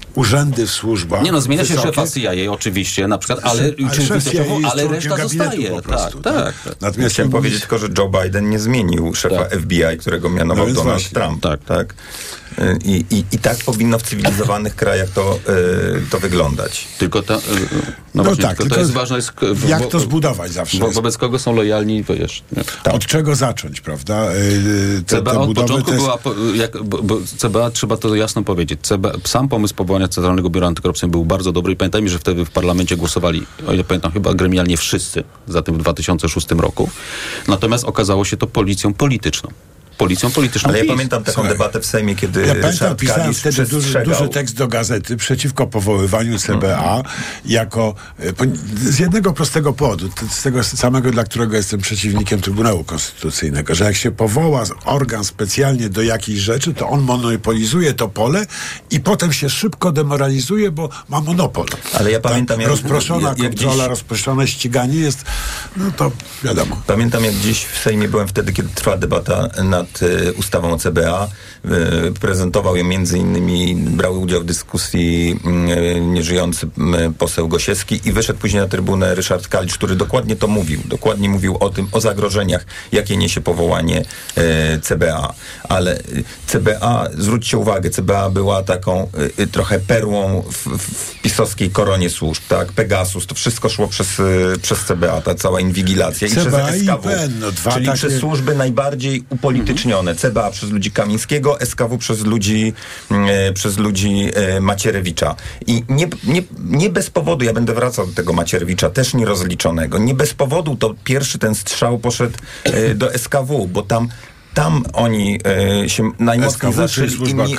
urzędy w służbach. Nie no, zmienia się wysokie. szefa C I A oczywiście, na przykład, ale, ale, czy szef C I A jest ale reszta zostaje. po prostu, tak, tak. tak. Natomiast chciałem powiedzieć tylko, że Joe Biden nie zmienił szefa tak. F B I, którego mianował no Donald właśnie. Trump. Tak. tak? I, i, I tak powinno w cywilizowanych krajach to, y, to wyglądać. Tylko to, y, no no właśnie, tak, tylko tylko to jest ważne. Jest, w, jak wo, to zbudować zawsze? Wo, wobec kogo są lojalni, wiesz. Tak. Od czego zacząć, prawda? Yy, te, C B A te od początku jest... była, jak, bo, bo C B A, trzeba to jasno powiedzieć, C B A, sam pomysł powołania Centralnego Biura Antykorupcyjnego był bardzo dobry i pamiętajmy, że wtedy w parlamencie głosowali, o ile pamiętam, chyba gremialnie wszyscy za tym w dwa tysiące szóstym roku. Natomiast okazało się to policją polityczną. Policją polityczną Ale ja PiS. pamiętam taką Słuchaj, debatę w Sejmie, kiedy ja pamiętam, Ryszard pisałem Kalisz wtedy duży, przestrzegał. duży tekst do gazety przeciwko powoływaniu C B A mm. jako z jednego prostego powodu, z tego samego, dla którego jestem przeciwnikiem Trybunału Konstytucyjnego, że jak się powoła organ specjalnie do jakiejś rzeczy, to on monopolizuje to pole i potem się szybko demoralizuje, bo ma monopol. Ale ja pamiętam, Ta jak, rozproszona jak, jak kontrola, dziś, rozproszone ściganie jest, no to wiadomo. Pamiętam, jak dziś w Sejmie byłem wtedy, kiedy trwała debata nad y, ustawą o C B A. Y, prezentował ją między innymi, brał udział w dyskusji y, nieżyjący y, poseł Gosiewski i wyszedł później na trybunę Ryszard Kalisz, który dokładnie to mówił. Dokładnie mówił o tym, o zagrożeniach, jakie niesie powołanie y, C B A. Ale y, C B A, zwróćcie uwagę, C B A była taką y, trochę perłą w, w pisowskiej koronie służb, tak? Pegasus, to wszystko szło przez, y, przez C B A, ta cała inwigilacja i C B A przez S K W. I P N, no, dwa czyli takie... przez służby najbardziej upolitycznione. C B A przez ludzi Kamińskiego, S K W przez ludzi e, przez ludzi e, Macierewicza. I nie, nie, nie bez powodu, ja będę wracał do tego Macierewicza, też nierozliczonego, nie bez powodu to pierwszy ten strzał poszedł e, do S K W, bo tam Tam oni e, się najmocniej zaczęli i, nie,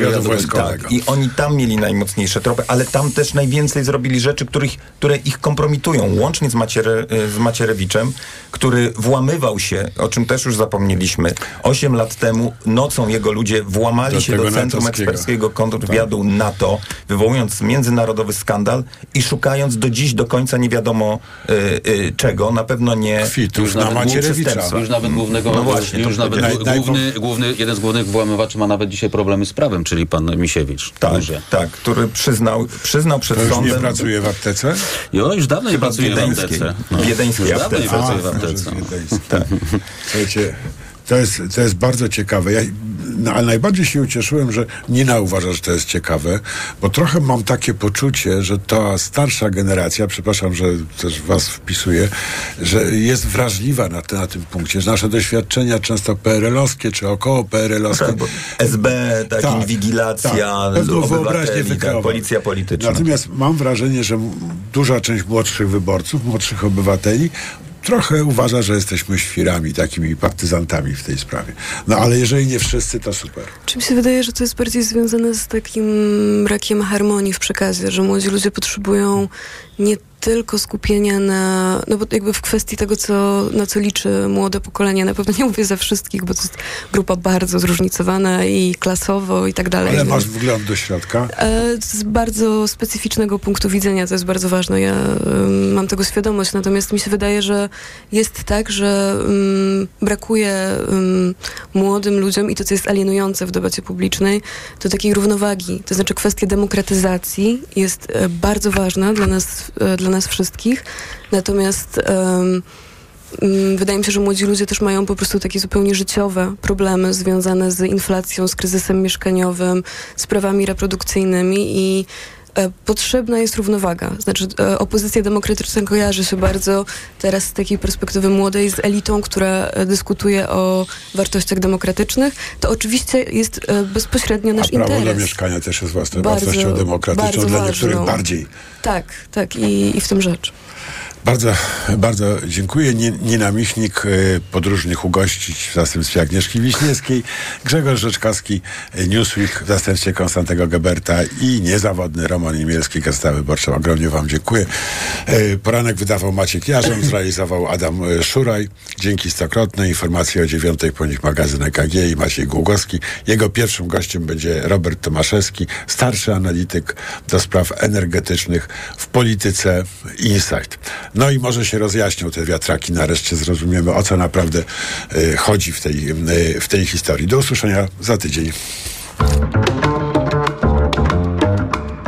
tak, i oni tam mieli najmocniejsze tropy, ale tam też najwięcej zrobili rzeczy, których, które ich kompromitują, łącznie z, Maciere, z Macierewiczem, który włamywał się, o czym też już zapomnieliśmy, osiem lat temu nocą jego ludzie włamali do się do Centrum Eksperckiego Kontrwywiadu tak. NATO, wywołując międzynarodowy skandal i szukając do dziś do końca nie wiadomo y, y, czego, na pewno nie już na Macierewicza. Już nawet głównego, no właśnie, już nawet Naj, główny, główny, jeden z głównych włamywaczy ma nawet dzisiaj problemy z prawem, czyli pan Misiewicz. Tak, duży. tak, który przyznał, przyznał przed to już sądem... nie pracuje w aptece? Jo, już dawno nie pracuje w aptece. No. Wiedeńskiej już dawno nie pracuje w A, aptece. Tak. Słuchajcie, to jest, to jest bardzo ciekawe. Ja, no, ale najbardziej się ucieszyłem, że Nina uważa, że to jest ciekawe, bo trochę mam takie poczucie, że ta starsza generacja, przepraszam, że też was wpisuję, że jest wrażliwa na, te, na tym punkcie, że nasze doświadczenia często P R L-owskie czy około P R L-owskie. Tak, S B, tak, tak inwigilacja, tak, pewną wyobraźnię tak, policja polityczna. Natomiast mam wrażenie, że duża część młodszych wyborców, młodszych obywateli trochę uważa, że jesteśmy świrami, takimi partyzantami w tej sprawie. No ale jeżeli nie wszyscy, to super. Czy mi się wydaje, że to jest bardziej związane z takim brakiem harmonii w przekazie, że młodzi ludzie potrzebują nie tylko skupienia na, no bo jakby w kwestii tego, co, na co liczy młode pokolenie, na pewno nie mówię za wszystkich, bo to jest grupa bardzo zróżnicowana i klasowo i tak dalej. Ale masz wgląd do środka? E, z bardzo specyficznego punktu widzenia, to jest bardzo ważne. Ja um, mam tego świadomość, natomiast mi się wydaje, że jest tak, że um, brakuje um, młodym ludziom i to, co jest alienujące w debacie publicznej, to takiej równowagi. To znaczy kwestia demokratyzacji jest e, bardzo ważna dla nas, e, dla nas wszystkich, natomiast um, wydaje mi się, że młodzi ludzie też mają po prostu takie zupełnie życiowe problemy związane z inflacją, z kryzysem mieszkaniowym, z prawami reprodukcyjnymi i e, potrzebna jest równowaga. Znaczy e, opozycja demokratyczna kojarzy się bardzo teraz z takiej perspektywy młodej z elitą, która e, dyskutuje o wartościach demokratycznych. To oczywiście jest e, bezpośrednio nasz A prawo interes. do mieszkania też jest własną Bardzo, wartością demokratyczną, bardzo dla ważną. niektórych bardziej. Tak, tak i, i w tym rzecz. Bardzo, bardzo dziękuję. Nina Michnik, podróżnych ugościć w zastępstwie Agnieszki Wiśniewskiej, Grzegorz Rzeczkowski, Newsweek w zastępstwie Konstantego Geberta i niezawodny Roman Imielski, Gazeta Wyborcza. Ogromnie wam dziękuję. Poranek wydawał Maciek Jarząb, zrealizował Adam Szuraj. Dzięki stokrotne. Informacje o dziewiątej po nich magazyn E K G i Maciej Głogowski. Jego pierwszym gościem będzie Robert Tomaszewski, starszy analityk do spraw energetycznych w polityce Insight. No i może się rozjaśnią te wiatraki, nareszcie zrozumiemy, o co naprawdę y, chodzi w tej, y, w tej historii. Do usłyszenia za tydzień.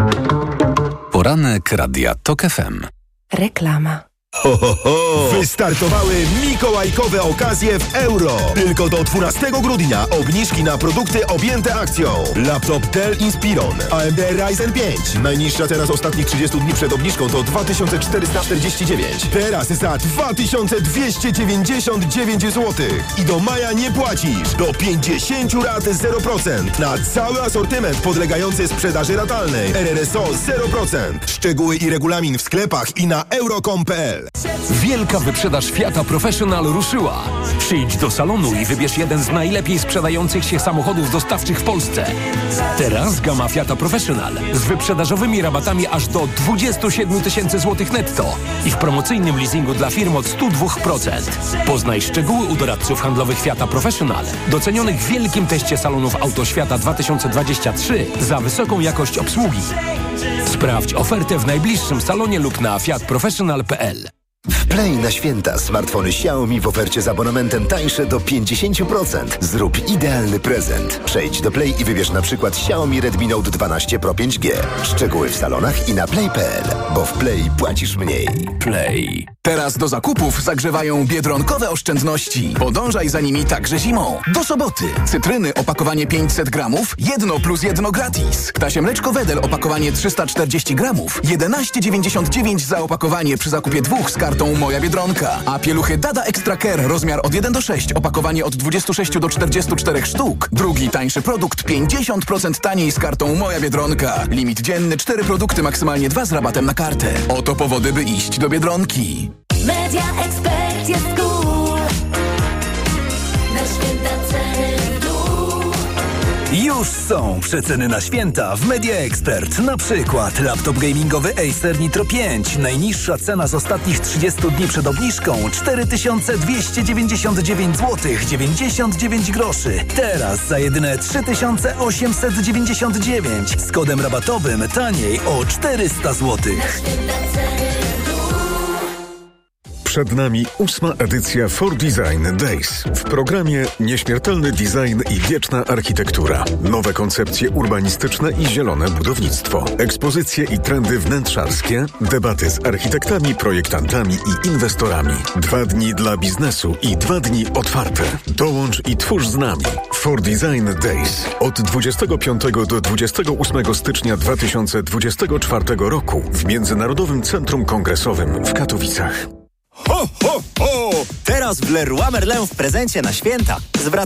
Poranek Radia Tok F M. Reklama. Ho, ho, ho! Wystartowały mikołajkowe okazje w euro. Tylko do dwunastego grudnia obniżki na produkty objęte akcją. Laptop Dell Inspiron A M D Ryzen pięć. Najniższa teraz ostatnich trzydziestu dni przed obniżką to dwa tysiące czterysta czterdzieści dziewięć. Teraz za dwa tysiące dwieście dziewięćdziesiąt dziewięć złotych. I do maja nie płacisz. Do pięćdziesiąt rat zero procent. Na cały asortyment podlegający sprzedaży ratalnej. R R S O zero procent. Szczegóły i regulamin w sklepach i na euro kropka com kropka p l. Wielka wyprzedaż Fiata Professional ruszyła. Przyjdź do salonu i wybierz jeden z najlepiej sprzedających się samochodów dostawczych w Polsce. Teraz gama Fiata Professional z wyprzedażowymi rabatami aż do dwadzieścia siedem tysięcy złotych netto i w promocyjnym leasingu dla firm od sto dwa procent. Poznaj szczegóły u doradców handlowych Fiata Professional, docenionych w wielkim teście salonów Autoświata dwa tysiące dwadzieścia trzy za wysoką jakość obsługi. Sprawdź ofertę w najbliższym salonie lub na fiat professional kropka p l. W Play na święta smartfony Xiaomi w ofercie z abonamentem tańsze do pięćdziesiąt procent. Zrób idealny prezent. Przejdź do Play i wybierz na przykład Xiaomi Redmi Note dwanaście Pro pięć G. Szczegóły w salonach i na play kropka p l, bo w Play płacisz mniej. Play. Teraz do zakupów zagrzewają biedronkowe oszczędności. Podążaj za nimi także zimą. Do soboty. Cytryny opakowanie pięćset gramów, jedno plus jedno gratis. Ptasie mleczko Wedel opakowanie trzysta czterdzieści gramów, jedenaście dziewięćdziesiąt dziewięć za opakowanie przy zakupie dwóch z kartą Moja Biedronka. A pieluchy Dada Extra Care rozmiar od jeden do sześciu, opakowanie od dwudziestu sześciu do czterdziestu czterech sztuk. Drugi tańszy produkt pięćdziesiąt procent taniej z kartą Moja Biedronka. Limit dzienny cztery produkty, maksymalnie dwa z rabatem na kartę. Oto powody, by iść do Biedronki. Media Expert jest cool. Na święta ceny w dół. Już są przeceny na święta w Media Expert. Na przykład laptop gamingowy Acer Nitro pięć. Najniższa cena z ostatnich trzydziestu dni przed obniżką cztery tysiące dwieście dziewięćdziesiąt dziewięć złotych dziewięćdziesiąt dziewięć groszy. Teraz za jedyne trzy tysiące osiemset dziewięćdziesiąt dziewięć. Z kodem rabatowym taniej o czterysta złotych. Przed nami ósma edycja For Design Days. W programie nieśmiertelny design i wieczna architektura. Nowe koncepcje urbanistyczne i zielone budownictwo. Ekspozycje i trendy wnętrzarskie. Debaty z architektami, projektantami i inwestorami. Dwa dni dla biznesu i dwa dni otwarte. Dołącz i twórz z nami. For Design Days. Od dwudziestego piątego do dwudziestego ósmego stycznia dwa tysiące dwudziestego czwartego roku w Międzynarodowym Centrum Kongresowym w Katowicach. Ho, ho, ho! Teraz w Leroy Merlin w prezencie na święta. Zwracamy